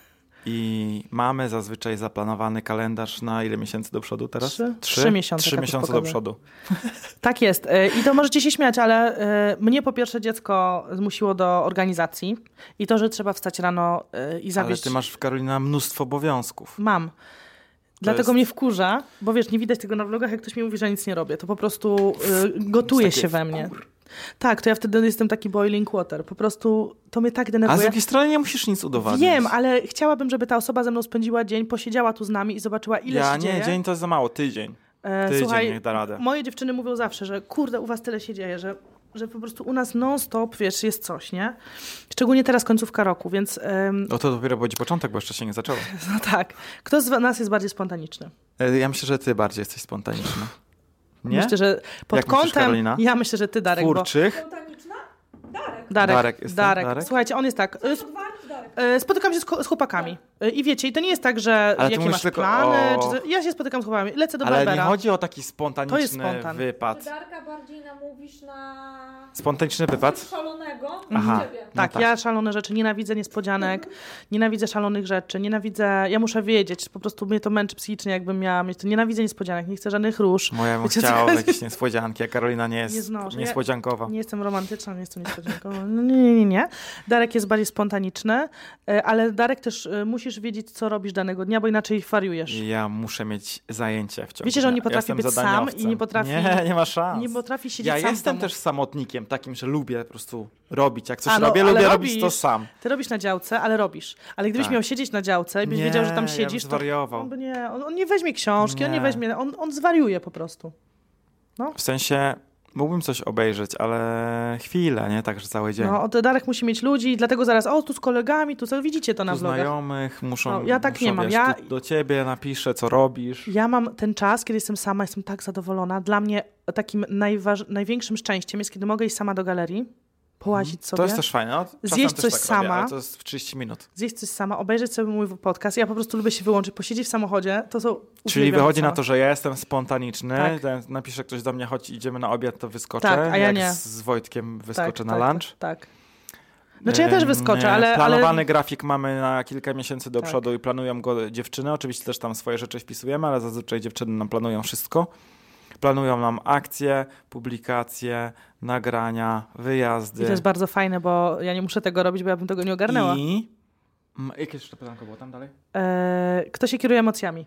I mamy zazwyczaj zaplanowany kalendarz na ile miesięcy do przodu teraz? Trzy. Trzy miesiące, Trzy Kakus miesiące do pokazuje. przodu. Tak jest. Y, I to możecie się śmiać, ale y, mnie po pierwsze dziecko zmusiło do organizacji i to, że trzeba wstać rano y, i Ale zawieźć... ty masz w Karolina mnóstwo obowiązków. Mam. Dlatego jest- mnie wkurza, bo wiesz, nie widać tego na vlogach, jak ktoś mi mówi, że nic nie robię. To po prostu y, gotuje Jest takie się we mnie. wkur. Tak, to ja wtedy jestem taki boiling water. Po prostu to mnie tak A z denerwuje. drugiej strony nie musisz nic udowadniać. Wiem, ale chciałabym, żeby ta osoba ze mną spędziła dzień, posiedziała tu z nami i zobaczyła, ile Ja się nie, dzieje. dzień to jest za mało, tydzień. E, Tydzień Słuchaj, niech da radę. moje dziewczyny mówią zawsze, że kurde, u was tyle się dzieje, że, że po prostu u nas non-stop, wiesz, jest coś, nie? Szczególnie teraz końcówka roku, więc em, No to dopiero będzie początek, bo jeszcze się nie zaczęło. no tak. Kto z nas jest bardziej spontaniczny? E, Ja myślę, że ty bardziej jesteś spontaniczna. Nie? Myślę, że pod Jak myślisz, kątem... Karolina? Ja myślę, że ty, Darek, bo... Twórczych. Spontaniczna? Darek. Darek, Darek jest ten? Darek. Darek? Słuchajcie, on jest tak. y, sp- Odwalić Darek. y, Spotykam się z, ko- z chłopakami. Y, I wiecie, i to nie jest tak, że Ale ty jakie mówisz masz tylko plany. o- Czy to, ja się spotykam z chłopakami. Lecę do Ale nie Barbera. chodzi o taki To jest spontaniczny spontan. wypad. Ty Darka bardziej namówisz na... Spontaniczny wypad? Coś szalonego Aha. niż ciebie. No Tak, tak. ja szalone rzeczy, nienawidzę niespodzianek, nienawidzę szalonych rzeczy, nienawidzę, ja muszę wiedzieć, po prostu mnie to męczy psychicznie, jakbym miała mieć to, nienawidzę niespodzianek, nie chcę żadnych róż. Moja bym Wiecie, co chciała chodzi? jakieś niespodzianki, a Karolina nie jest Nie znoszę. niespodziankowa. Nie jestem romantyczna, nie jestem niespodzianką. No nie, nie, nie, nie. Darek jest bardziej spontaniczny, e, ale Darek też e, musisz wiedzieć, co robisz danego dnia, bo inaczej wariujesz. Ja muszę mieć zajęcie w ciągu Wiecie, że on dnia. nie potrafi Jestem być sam zadaniowcem. i nie potrafi- Nie, nie ma szans. Nie potrafi siedzieć Ja sam w jestem domu. też samotnikiem takim, że lubię po prostu robić. Jak coś A, no, robię, ale lubię robisz. robić to sam. Ty robisz na działce, ale robisz. Ale gdybyś Tak. miał siedzieć na działce i byś Nie, wiedział, że tam ja bym siedzisz, to zwariował. on, by nie, on, on nie weźmie książki, on nie Nie. weźmie, on, on zwariuje po prostu. W sensie mógłbym coś obejrzeć, ale chwilę, nie? Także cały dzień. No, o, to Darek musi mieć ludzi i dlatego zaraz, o, tu z kolegami, tu co, widzicie to na Tu vlogach. znajomych muszą, No, ja tak muszą, nie mam. wiesz, Ja- tu do ciebie napiszę, co robisz. Ja mam ten czas, kiedy jestem sama, jestem tak zadowolona. Dla mnie takim najważ... największym szczęściem jest, kiedy mogę iść sama do galerii, połazić sobie, To jest też fajne. No, czasem Zjeść też coś tak sama. Robię, ale to jest w trzydzieści minut. zjeść coś sama, obejrzeć sobie mój podcast. Ja po prostu lubię się wyłączyć, posiedzieć w samochodzie, to są... Czyli uwielbiam wychodzi sama. na to, że ja jestem spontaniczny, Tak. ten- napisze ktoś do mnie, chodź idziemy na obiad, to wyskoczę. Tak, a ja jak nie. z z Wojtkiem wyskoczę tak, na tak, lunch. Tak. Znaczy ja też Ym, wyskoczę, e, ale... Planowany ale... grafik mamy na kilka miesięcy do Tak. przodu i planują go dziewczyny. Oczywiście też tam swoje rzeczy wpisujemy, ale zazwyczaj dziewczyny nam planują wszystko. Planują nam akcje, publikacje, nagrania, wyjazdy. I to jest bardzo fajne, bo ja nie muszę tego robić, bo ja bym tego nie ogarnęła. I... Mm, Jakie jeszcze pytanko było tam dalej? E, kto się kieruje emocjami?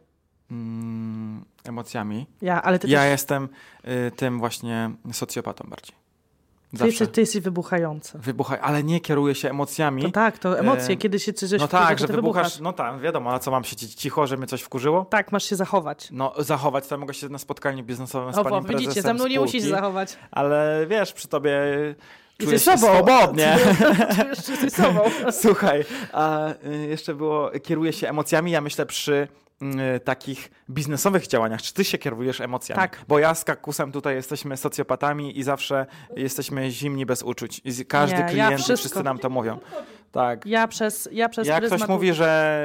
Mm, emocjami. Ja, ale ty Ja też... jestem y, tym właśnie socjopatą bardziej. Ty Zawsze. jesteś, ty jesteś wybuchający. Wybuchaj, ale nie kieruję się emocjami. To tak, to emocje, E, kiedy się coś no wkurza, tak, to że ty wybuchasz, no tak, wiadomo, a co mam siedzieć cicho, że mnie coś wkurzyło? Tak, masz się zachować. No zachować, to mogę się na spotkaniu biznesowym z O, panem bo widzicie, prezesem ze mną nie spółki, musisz zachować. ale wiesz, przy tobie czuję Jesteś się sobą. swobodnie. Czujesz się jesteś sobą. Słuchaj, a y, jeszcze było, kieruję się emocjami, ja myślę przy y, takich biznesowych działaniach. Czy ty się kierujesz emocjami? Tak. Bo ja z Kakusem tutaj jesteśmy socjopatami i zawsze jesteśmy zimni bez uczuć. I z- każdy Nie, ja klient, wszystko. wszyscy nam to mówią. Tak. Ja przez, ja przez Jak ktoś pryzmat... mówi, że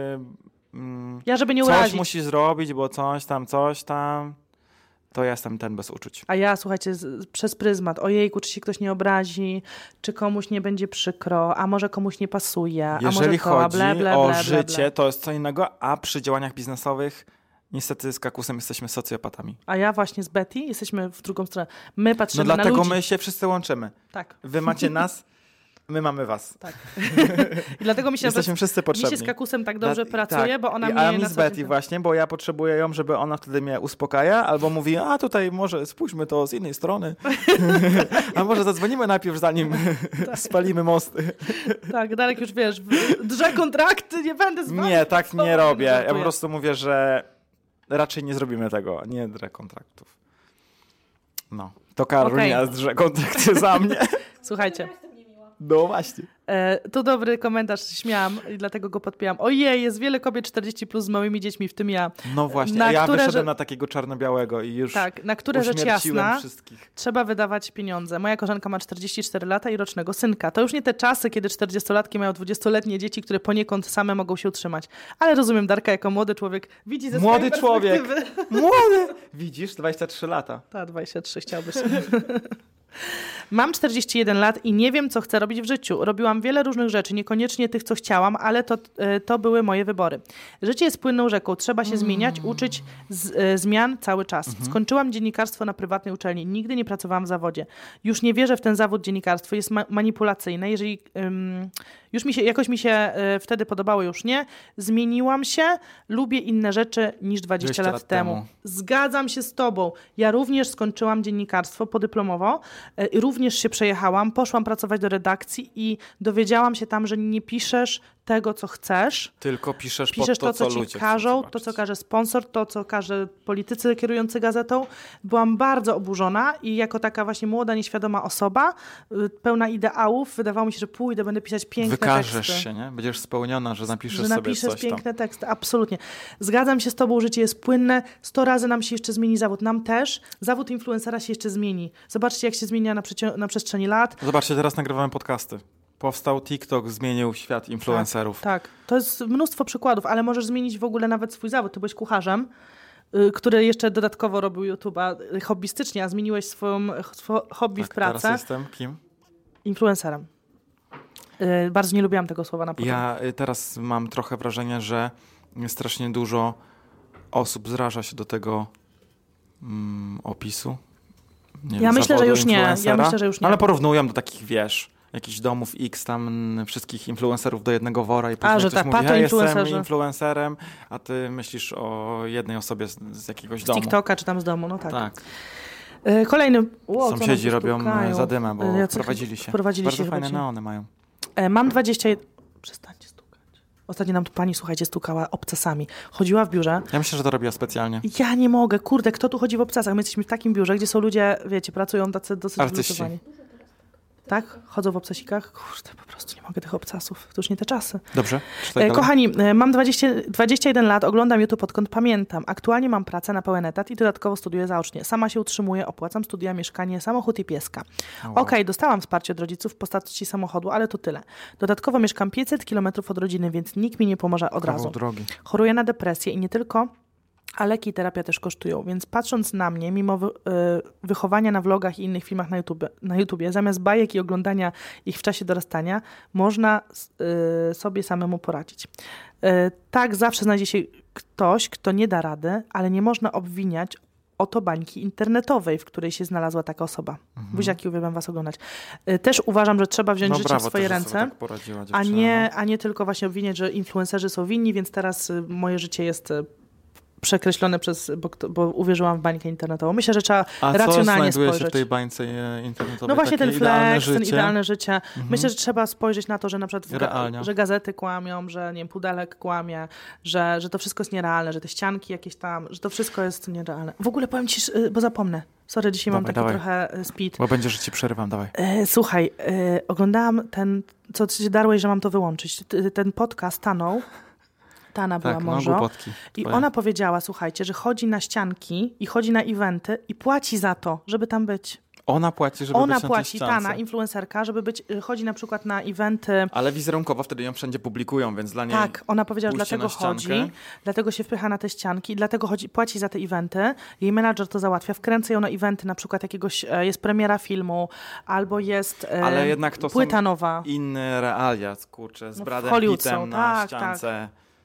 mm, Ja, żeby nie coś urazić. musi zrobić, bo coś tam, coś tam, to ja jestem ten bez uczuć. A ja, słuchajcie, z, przez pryzmat. Ojejku, czy się ktoś nie obrazi, czy komuś nie będzie przykro, a może komuś nie pasuje, a może Jeżeli to, chodzi ble, ble, o ble, ble, życie, ble. to jest co innego, a przy działaniach biznesowych niestety z Kakusem jesteśmy socjopatami. A ja właśnie z Betty jesteśmy w drugą stronę. My No patrzymy na dlatego ludzi. my się wszyscy łączymy. Tak, Wy macie nas, my mamy was. tak. I dlatego mi się Jesteśmy wszyscy mi potrzebni. się z Kakusem tak dobrze Dla- pracuje, tak. bo ona I, mnie A mi na z co dzień- Betty właśnie, bo ja potrzebuję ją, żeby ona wtedy mnie uspokaja, albo mówi, a tutaj może spójrzmy to z innej strony. A może zadzwonimy najpierw, zanim spalimy mosty. Tak, Darek już wiesz, w- drze kontrakty, nie będę z wami. Nie, tak nie robię. Ja po żartuję. prostu mówię, że raczej nie zrobimy tego. Nie drę kontraktów. No, to Karolina Okej. z rzeką trakty za mnie. Słuchajcie. Jestem niemiła. No właśnie. E, to dobry komentarz, śmiałam i dlatego go podpiłam. Ojej, jest wiele kobiet czterdzieści plus z małymi dziećmi, w tym ja. No właśnie, Na ja które, wyszedłem że- na takiego czarno-białego i już Tak, na które rzecz uśmierciłem jasna wszystkich. trzeba wydawać pieniądze. Moja koleżanka ma czterdzieści cztery lata i rocznego synka. To już nie te czasy, kiedy czterdziestolatki mają dwudziestoletnie dzieci, które poniekąd same mogą się utrzymać. Ale rozumiem, Darka jako młody człowiek widzi ze Młody swojej człowiek. perspektywy. Młody! Widzisz, dwadzieścia trzy lata. Tak, dwadzieścia trzy chciałbyś. Mam czterdzieści jeden lat i nie wiem, co chcę robić w życiu. Robiłam wiele różnych rzeczy, niekoniecznie tych, co chciałam, ale to, e, to były moje wybory. Życie jest płynną rzeką, trzeba się zmieniać, uczyć z, e, zmian cały czas. Skończyłam dziennikarstwo na prywatnej uczelni, nigdy nie pracowałam w zawodzie. Już nie wierzę w ten zawód dziennikarstwo, jest ma- manipulacyjne. Jeżeli ym, już mi się, jakoś mi się e, wtedy podobało, już nie. Zmieniłam się, lubię inne rzeczy niż dwadzieścia lat, lat temu. temu. Zgadzam się z tobą. Ja również skończyłam dziennikarstwo podyplomowo e, i również się przejechałam, poszłam pracować do redakcji i dowiedziałam się tam, że nie piszesz tego, co chcesz. Tylko piszesz, Piszesz pod to, to, co, ludzie ci chcą każą, to, zobaczyć. co każe sponsor, to, co każe politycy kierujący gazetą. Byłam bardzo oburzona i jako taka właśnie młoda, nieświadoma osoba, y, pełna ideałów, wydawało mi się, że pójdę, będę pisać piękne Wykażesz teksty. się, nie? Będziesz spełniona, że napiszesz Że sobie napiszesz coś tam. piękne teksty, absolutnie. Zgadzam się z tobą, życie jest płynne, sto razy nam się jeszcze zmieni zawód. Nam też. Zawód influencera się jeszcze zmieni. Zobaczcie, jak się zmienia na, przecie- na przestrzeni lat. Zobaczcie, teraz nagrywamy podcasty. Powstał TikTok, zmienił świat influencerów. Tak, to jest mnóstwo przykładów, ale możesz zmienić w ogóle nawet swój zawód. Ty byłeś kucharzem, y, który jeszcze dodatkowo robił YouTube'a y, hobbystycznie, a zmieniłeś swoją swo, hobby Tak, w pracę teraz jestem kim? influencerem. Y, bardzo nie lubiłam tego słowa na początku. Ja y, teraz mam trochę wrażenie, że strasznie dużo osób zraża się do tego mm, opisu. Nie Ja wiem, myślę, że zawodu już nie. Ja influencera. myślę, że już nie. Ale porównują do takich, wiesz, jakichś domów X tam mm, wszystkich influencerów do jednego wora i później że ktoś tak, mówi, ja jestem patoinfluencerzy. influencerem, a ty myślisz o jednej osobie z, z jakiegoś Z domu. TikToka czy tam z domu, no tak. Tak. Y, kolejny... Ło, co Sąsiedzi nam tu robią stukają? zadymę, bo Y, jacy wprowadzili się. Wprowadzili Bardzo się chyba fajne ci. neony mają. E, Mam dwadzieścia jeden... Przestańcie stukać. Ostatnio nam tu pani, słuchajcie, stukała obcasami. Chodziła w biurze. Ja myślę, że to robiła specjalnie. Ja nie mogę, kurde, kto tu chodzi w obcasach? My jesteśmy w takim biurze, gdzie są ludzie, wiecie, pracują tacy dosyć Artyści. wyluzowani. Tak? Chodzą w obcasikach? Kurde, po prostu nie mogę tych obcasów. To już nie te czasy. Dobrze? Czytaj E, dalej. kochani, e, mam dwadzieścia, dwadzieścia jeden lat, oglądam YouTube odkąd pamiętam. Aktualnie mam pracę na pełen etat i dodatkowo studiuję zaocznie. Sama się utrzymuję, opłacam studia, mieszkanie, samochód i pieska. Wow. Okej, dostałam wsparcie od rodziców w postaci samochodu, ale to tyle. Dodatkowo mieszkam pięćset kilometrów od rodziny, więc nikt mi nie pomoże od Kawał razu. drogi. Choruję na depresję i nie tylko, a leki i terapia też kosztują. Więc patrząc na mnie, mimo wy, y, wychowania na vlogach i innych filmach na YouTube, na YouTubie, zamiast bajek i oglądania ich w czasie dorastania, można y, sobie samemu poradzić. Y, tak, zawsze znajdzie się ktoś, kto nie da rady, ale nie można obwiniać o to bańki internetowej, w której się znalazła taka osoba. Mhm. Buziaki, uwielbiam was oglądać. Y, też uważam, że trzeba wziąć No życie brawo, w swoje też, że ręce. sobie tak poradziła A dziewczyna, nie, no. a nie tylko właśnie obwiniać, że influencerzy są winni, więc teraz y, moje życie jest y, przekreślone przez, bo, kto- bo uwierzyłam w bańkę internetową. Myślę, że trzeba A co racjonalnie znajduje się w spojrzeć. tej bańce e, internetowej? No właśnie Takie ten idealne flex, ten życie? idealne życie. Myślę, że trzeba spojrzeć na to, że na przykład w ga- Realnie. że gazety kłamią, że nie wiem, Pudelek kłamie, że, że to wszystko jest nierealne, że te ścianki jakieś tam, że to wszystko jest nierealne. W ogóle powiem ci, y, bo zapomnę. Sorry, dzisiaj mam Dawaj, taki dawaj. trochę y, speed. Bo będzie, że ci przerywam, dawaj. E, Słuchaj, e, oglądałam ten, co ci darłeś, że mam to wyłączyć. T- Ten podcast Taną. Tana była Tak, no mążą. głupotki. I twoje. ona powiedziała, słuchajcie, że chodzi na ścianki i chodzi na eventy i płaci za to, żeby tam być. Ona płaci, żeby Ona być na tej płaci, ściance. Tana, influencerka, żeby być, y, chodzi na przykład na eventy. Ale wizerunkowo wtedy ją wszędzie publikują, więc dla niej... Tak, ona powiedziała, że pójście dlatego na ściankę. chodzi, dlatego się wpycha na te ścianki, dlatego chodzi, płaci za te eventy. Jej menadżer to załatwia, wkręca ją na eventy, na przykład jakiegoś, e, jest premiera filmu, albo jest e, Ale jednak to są płyta nowa. inne realia, kurczę, z No w Bradem Hollywood Pittem są, na tak, ściance.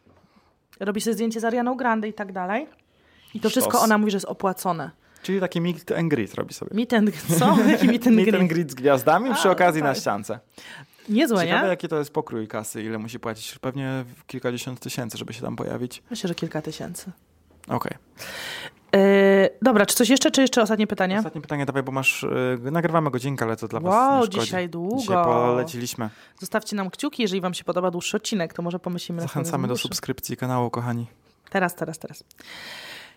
Robi sobie zdjęcie z Arianą Grande i tak dalej. I to Sztos. wszystko ona mówi, że jest opłacone. Czyli taki meet and greet robi sobie. Meet and co? Jaki meet and Meet and greet? greet z gwiazdami przy A, okazji na tak. ściance. Niezłe, Ciekawe, nie? jaki to jest pokrój kasy, ile musi płacić. Pewnie kilkadziesiąt tysięcy, żeby się tam pojawić. Myślę, że kilka tysięcy. Okej. Yy, dobra, czy coś jeszcze, czy jeszcze ostatnie pytanie? Ostatnie pytanie dawaj, bo masz... Yy, nagrywamy godzinkę, ale to dla was Wow, nie szkodzi. dzisiaj długo. Dzisiaj poleciliśmy. Zostawcie nam kciuki, jeżeli wam się podoba dłuższy odcinek, to może pomyślimy na Zachęcamy do dłuższy. subskrypcji kanału, kochani. Teraz, teraz, teraz.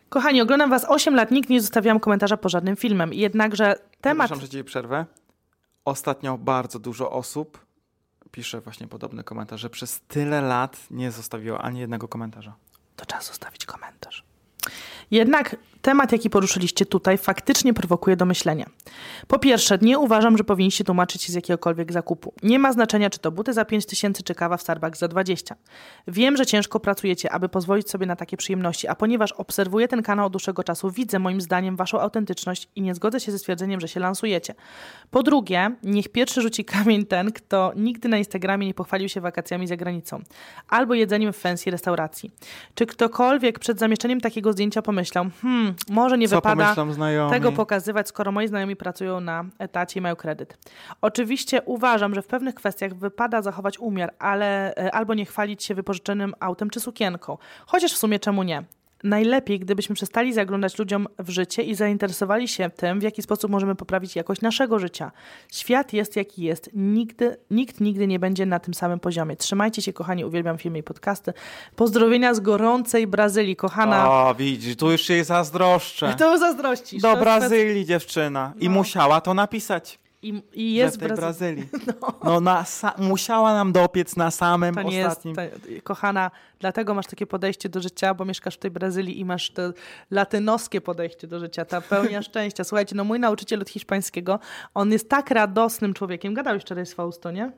Kochani, oglądam was osiem lat, nikt nie zostawiłam komentarza po żadnym filmem. Jednakże temat... Przepraszam, że ci przerwę. Ostatnio bardzo dużo osób pisze właśnie podobny komentarz, że przez tyle lat nie zostawiło ani jednego komentarza. To czas zostawić komentarz. Jednak temat, jaki poruszyliście tutaj, faktycznie prowokuje do myślenia. Po pierwsze, nie uważam, że powinniście tłumaczyć się z jakiegokolwiek zakupu. Nie ma znaczenia, czy to buty za pięć tysięcy, czy kawa w Starbucks za dwadzieścia. Wiem, że ciężko pracujecie, aby pozwolić sobie na takie przyjemności, a ponieważ obserwuję ten kanał od dłuższego czasu, widzę moim zdaniem waszą autentyczność i nie zgodzę się ze stwierdzeniem, że się lansujecie. Po drugie, niech pierwszy rzuci kamień ten, kto nigdy na Instagramie nie pochwalił się wakacjami za granicą albo jedzeniem w fancy restauracji. Czy ktokolwiek przed zamieszczeniem takiego zdjęcia pomyślał, hmm, może nie Co wypada znajomi? tego pokazywać, skoro moi znajomi pracują na etacie i mają kredyt. Oczywiście uważam, że w pewnych kwestiach wypada zachować umiar, ale albo nie chwalić się wypożyczonym autem czy sukienką. Chociaż w sumie czemu nie? Najlepiej, gdybyśmy przestali zaglądać ludziom w życie i zainteresowali się tym, w jaki sposób możemy poprawić jakość naszego życia. Świat jest jaki jest. Nigdy, nikt nigdy nie będzie na tym samym poziomie. Trzymajcie się, kochani, uwielbiam filmy i podcasty. Pozdrowienia z gorącej Brazylii, kochana. O, widzisz, tu już się jej zazdroszczę. Kto zazdrościsz? Do To Brazylii dziewczyna. I No. musiała to napisać. I, i jest w tej Brazy- Brazylii. No, no na sa- musiała nam dopiec na samym To nie ostatnim. jest, to, kochana, dlatego masz takie podejście do życia, bo mieszkasz w tej Brazylii i masz to latynoskie podejście do życia, ta pełnia szczęścia. Słuchajcie, no mój nauczyciel od hiszpańskiego, on jest tak radosnym człowiekiem. Gadałeś wczoraj z Fausto, nie?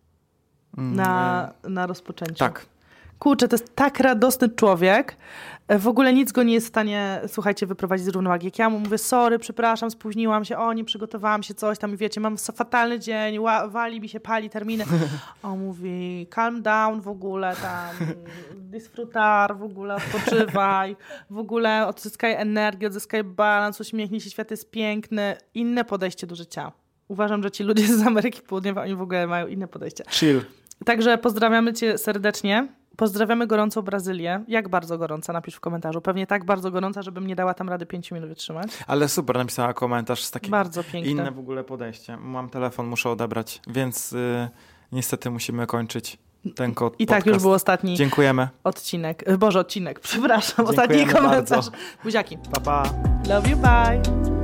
Na, na rozpoczęciu. Tak. Kurczę, to jest tak radosny człowiek. W ogóle nic go nie jest w stanie, słuchajcie, wyprowadzić z równowagi. Jak ja mu mówię, sorry, przepraszam, spóźniłam się, o, nie przygotowałam się, coś tam i wiecie, mam fatalny dzień, ła- wali mi się, pali terminy. On mówi, calm down w ogóle tam, disfrutar, w ogóle odpoczywaj, w ogóle odzyskaj energię, odzyskaj balans, uśmiechnij się, świat jest piękny. Inne podejście do życia. Uważam, że ci ludzie z Ameryki Południowej, oni w ogóle mają inne podejście. Chill. Także pozdrawiamy cię serdecznie. Pozdrawiamy gorącą Brazylię. Jak bardzo gorąca? Napisz w komentarzu. Pewnie tak bardzo gorąca, żebym nie dała tam rady pięciu minut wytrzymać. Ale super napisała komentarz z takim Bardzo piękne. inne w ogóle podejście. Mam telefon, muszę odebrać, więc y, niestety musimy kończyć ten kod. I tak już był ostatni Dziękujemy. odcinek. Boże, odcinek, przepraszam. Dziękujemy Ostatni komentarz. bardzo. Buziaki. Pa, pa. Love you, bye.